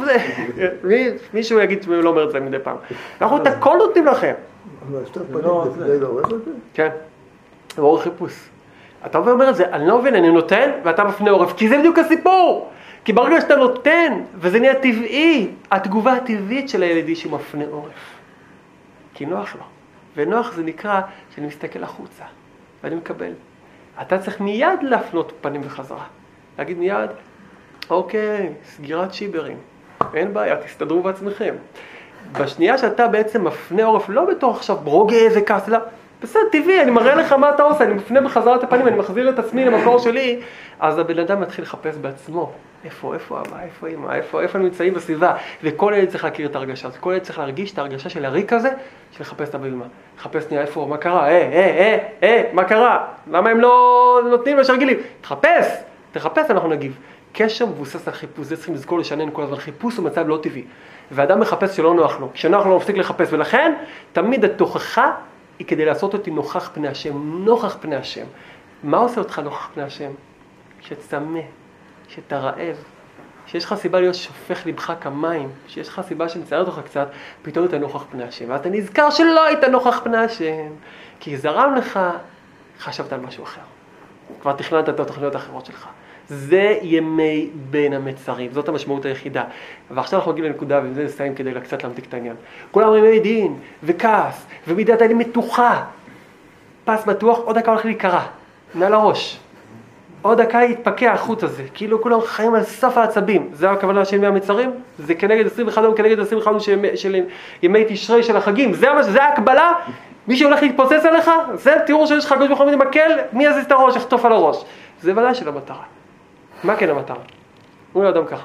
מישהו יגיד לא אומר את זה מדי פעם. אנחנו את הכל נותנים לכם. אבל שתי פנים כדי לעורר את זה? כן, זה מעורר חיפוש. אתה אומר את זה, אני לא מבין, אני נותן ואתה מפנה עורף, כי זה בדיוק הסיפור. כי ברגע שאתה נותן, וזה נהיה טבעי, התגובה הטבעית של הילדי שהוא מפנה עורף. כי נוח לו. ונוח זה נקרא שאני מסתכל החוצה, ואני מקבל. אתה צריך מיד להפנות פנים בחזרה. להגיד מיד, אוקיי, סגירת שיברים. אין בעיה, תסתדרו בעצמכם. בשנייה שאתה בעצם מפנה עורף, לא בתור עכשיו ברוגז וכעס, אלא בסדר, טבעי, אני מראה לך מה אתה עושה, אני מפנה בחזרה את הפנים, אני מחזיר את עצמי למקור שלי, אז הבן אדם מתחיל לחפש בעצמו. איפה אבא, איפה אמא, איפה נמצאים בסביבה, וכל ילד צריך להכיר את ההרגשה, כל ילד צריך להרגיש את ההרגשה של הריק הזה, של לחפש את אבא ואמא. לחפש נהיה איפה, מה קרה, מה קרה, למה הם לא נותנים מה שרגילים? תחפש, אנחנו נגיב. קשר מבוסס על חיפוש, זה צריכים לזכור לשנן כל הזמן, חיפוש הוא מצב לא טבעי, ואדם מחפש שלא נוח לו, כשנוח לו מפסיק לחפש, ולכן תמיד התוכחה היא כדי לעשות אותי נוכח פני השם, נוכח פני השם. מה עושה אותך נוכח פני השם? שתצמא, שאתה רעב, שיש לך סיבה להיות שופך לבך כמים, שיש לך סיבה שמצערת אותך קצת, פתאום אתה נוכח פני השם, ואתה נזכר שלא היית נוכח פני השם, כי זרם לך, חשבת על משהו אחר. כבר תכננת את התוכניות האחרות שלך. זה ימי בין המצרים, זאת המשמעות היחידה. ועכשיו אנחנו מגיעים לנקודה, וזה נסיים כדי קצת להמתיק את העניין. כולם ימי דין, וכעס, ומידת האלים מתוחה. פס מתוח, עוד דקה הולך להיקרע, מעל הראש. עוד דקה יתפקע החוט הזה, כאילו כולם חיים על סף העצבים. זה הכוונה של ימי המצרים, זה כנגד 21 יום, כנגד 21 יום של ימי תשרי של החגים. זה ההקבלה, מי שהולך להתפוצץ עליך, זה תראו שיש לך גוש בחורים מקל, מי יזיז את הראש, יחטוף על הראש. זה ודאי של המטרה. מה כן המטרה? אומר לאדם ככה,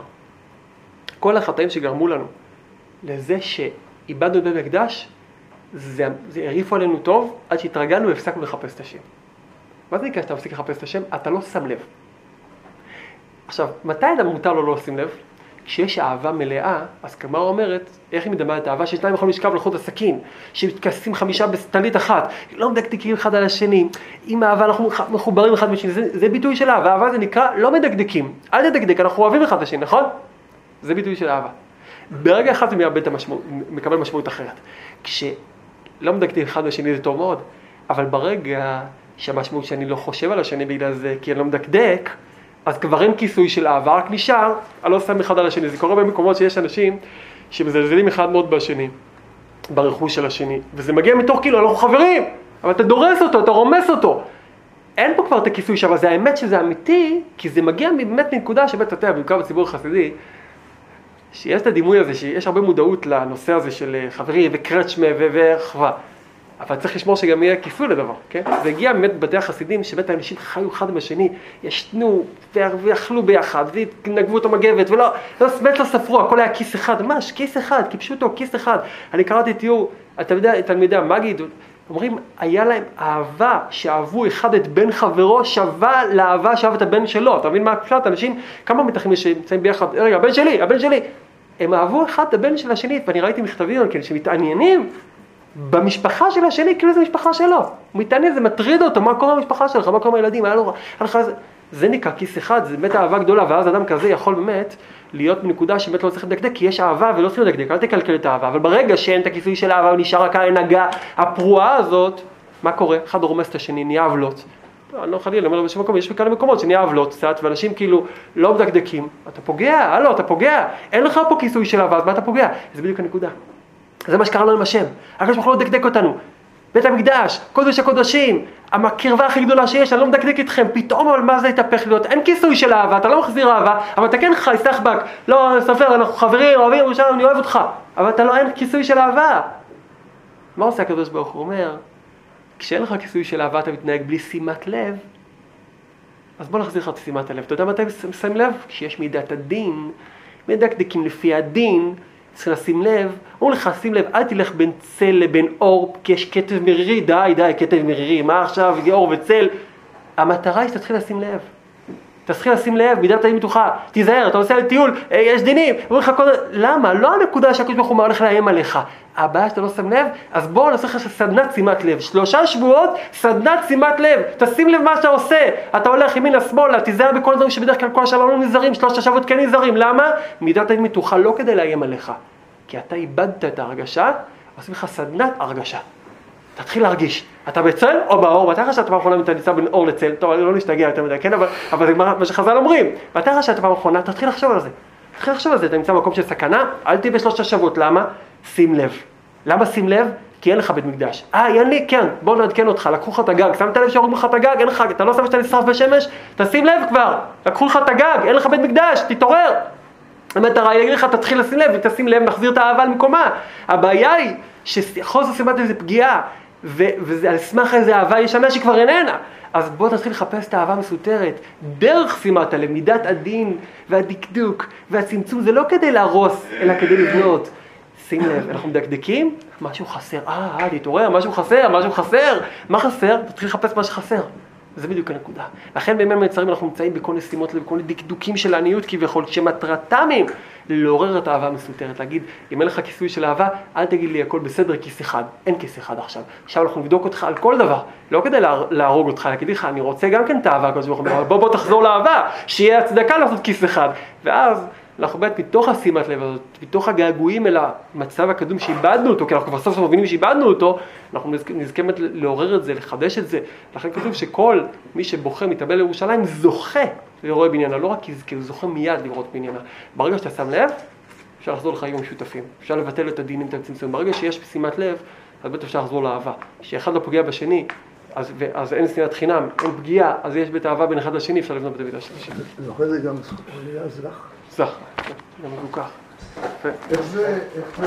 כל החטאים שגרמו לנו לזה שאיבדנו את בית המקדש, זה הריפו עלינו טוב, עד שהתרגלנו והפסקנו לחפש את השם. מה זה נקרא שאתה מפסיק לחפש את השם? אתה לא שם לב. עכשיו, מתי אדם מותר לו לא לשים לב? כשיש אהבה מלאה, אז כמה אומרת, איך היא מדמה את האהבה? ששניים יכולים לשכב לחוט הסכין, שמתכסים 5 בסטלית אחת, לא מדקדקים אחד על השני, עם אהבה אנחנו מחוברים אחד בשני, זה ביטוי של אהבה, אהבה זה נקרא לא מדקדקים, אל תדקדק, אנחנו אוהבים אחד לשני, נכון? זה ביטוי של אהבה. ברגע אחד זה מקבל משמעות אחרת. כשלא מדקדקים אחד בשני זה טוב מאוד, אבל ברגע שהמשמעות שאני לא חושב על השני בגלל זה, כי אני לא מדקדק, אז כבר אין כיסוי של אהבה, רק נשאר, אני לא שם אחד על השני. זה קורה במקומות שיש אנשים שמזלזלים אחד מאוד בשני, ברכוש של השני. וזה מגיע מתוך כאילו, אנחנו חברים, אבל אתה דורס אותו, אתה רומס אותו. אין פה כבר את הכיסוי שם, אבל זה האמת שזה אמיתי, כי זה מגיע באמת מנקודה שבית אתה יודע, בעיקר בציבור החסידי, שיש את הדימוי הזה, שיש הרבה מודעות לנושא הזה של חברי וקרצ'מה וחווה. אבל צריך לשמור שגם יהיה כיסוי לדבר, כן? זה הגיע באמת בבתי החסידים, שבית האנשים חיו אחד עם השני, ישנו ויאכלו ביחד, ונגבו אותו מגבת, ולא, באמת לא ספרו, הכל היה כיס אחד, ממש, כיס אחד, כיפשו אותו, כיס אחד. אני קראתי תיאור, תלמידי המגיד, אומרים, היה להם אהבה שאהבו אחד את בן חברו, שווה לאהבה שאהב את הבן שלו. אתה מבין מה הקלט? אנשים, כמה מתחים שנמצאים ביחד, רגע, הבן שלי. הם אהבו אחד את הבן של השני, ואני ראיתי מכתבים, כן, שמתעניינים, במשפחה של השני, כאילו זה משפחה שלו. הוא מתעניין, זה מטריד אותו, מה קורה במשפחה שלך, מה קורה בילדים, זה נקרא כיס אחד, זה באמת אהבה גדולה, ואז אדם כזה יכול באמת להיות בנקודה שבאמת לא צריך לדקדק, כי יש אהבה ולא צריך לדקדק, אל תקלקל את האהבה, אבל ברגע שאין את הכיסוי של האהבה, ונשאר רק ההנהגה הפרועה הזאת, מה קורה? אחד רומס את השני, נהיה עוולות. אני לא חלילה, אומר לו בשום מקום, יש כאלה מקומות שנהיה עוולות קצת, ואנשים כאילו לא מדקדקים. אתה פוגע, הלו, אתה פוגע. אין לך פה כיסוי של אהבה, אז מה אתה פוגע? זה בדיוק הנקודה. זה מה שקרה לנו עם השם. הקדוש ברוך הוא לא מדקדק אותנו. בית המקדש, קודש הקודשים, הקרבה הכי גדולה שיש, אני לא מדקדק איתכם, פתאום אבל מה זה יתהפך להיות? אין כיסוי של אהבה, אתה לא מחזיר אהבה, אבל אתה כן סחבק, לא, ספר, אנחנו חברים, אוהבים, ירושלים, אני אוהב אותך, אבל אתה לא, אין כיסוי של אהבה. מה עושה הקדוש ברוך הוא? אומר, כשאין לך כיסוי של אהבה, אתה מתנהג בלי שימת לב, אז בוא נחזיר לך את שימת הלב. אתה יודע מתי שמים לב? כשיש מידת הדין, מדקדקים לפי הדין, צריך לשים לב, אומרים לך, שים לב, אל תלך בין צל לבין אור, כי יש כתב מרירי, די, כתב מרירי, מה עכשיו, אור וצל? המטרה היא שתתחיל לשים לב. תתחיל לשים לב, מידת הדין מתוחה, תיזהר, אתה עושה לטיול, יש דינים, אומרים לך קודם, למה? לא הנקודה שהקדוש ברוך הוא הולך לאיים עליך. הבעיה שאתה לא שם לב, אז בואו נעשה לך סדנת שימת לב. 3 שבועות, סדנת שימת לב. תשים לב מה שאתה עושה. אתה הולך ימינה שמאלה, תיזהר בכל דברים שבדרך כלל כל השאר לא נזהרים, 3 שבועות כן נזהרים. למה? מידת הדין מתוחה לא כדי לאיים עליך. כי אתה איבדת את ההרגשה, עושים לך סדנת הרגשה. תתחיל להרגיש. אתה בצל או באור? מתי חשבת פעם אחרונה אתה נמצא בין אור לצל? טוב, אני לא נשתגע יותר מדי, כן? אבל זה מה שחז"ל אומרים. מתי חשבת פעם אחרונה? תתחיל לחשוב על זה. תתחיל לחשוב על זה. אתה נמצא במקום של סכנה, אל תהיה ב3 שבועות. למה? שים לב. למה שים לב? כי אין לך בית מקדש. אין לי? כן. בוא נעדכן אותך. לקחו לך את הגג. שמת לב שהורידו לך את הגג? אין לך. אתה לא שם שאתה נשרף בשמש? תשים לב כבר. לקחו לך את הגג. אין לך בית מקדש. תתעורר. המטרה היא להגיד לך, תתחיל לשים לב, ותשים לב, נחזיר את האהבה למקומה. הבעיה היא שחוסר שימת לב זה פגיעה, וזה על סמך איזה אהבה ישנה שכבר איננה. אז בוא תתחיל לחפש את האהבה מסותרת, דרך שימת הלב, מידת הדין והדקדוק והצמצום, זה לא כדי להרוס, אלא כדי לבנות. שים לב, אנחנו מדקדקים, משהו חסר, תתעורר, משהו חסר, מה חסר? תתחיל לחפש מה שחסר. זה בדיוק הנקודה. לכן בימי המצרים אנחנו נמצאים בכל מיני שימות לב, בכל מיני דקדוקים של העניות כביכול, שמטרתם הם לעורר את האהבה המסותרת, להגיד, אם אין לך כיסוי של אהבה, אל תגיד לי הכל בסדר, כיס אחד, אין כיס אחד עכשיו. עכשיו אנחנו נבדוק אותך על כל דבר, לא כדי להרוג אותך, להגיד לך, אני רוצה גם כן את האהבה, אבל בוא תחזור לאהבה, שיהיה הצדקה לעשות כיס אחד. ואז אנחנו באמת מתוך השימת לב הזאת, מתוך הגעגועים אל המצב הקדום שאיבדנו אותו, כי אנחנו כבר סוף סוף מבינים שאיבדנו אותו, אנחנו נזכמת לעורר את זה, לחדש את זה. לכן כתוב שכל מי שבוחר מתאבל לירושלים זוכה לראות בניינה, לא רק כי הוא זוכה מיד לראות בניינה. ברגע שאתה שם לב, אפשר לחזור לחיים משותפים, אפשר לבטל את הדינים, את הצמצום. ברגע שיש שימת לב, אז באמת אפשר לחזור לאהבה. שאחד לא פוגע בשני, אז אין שנאת חינם, אין פגיעה, אז יש בית אהבה בין אחד לשני, אפשר לבנות בית השלישי. זוכר זה גם עלייה זך. זך, גם מזוכח. איך זה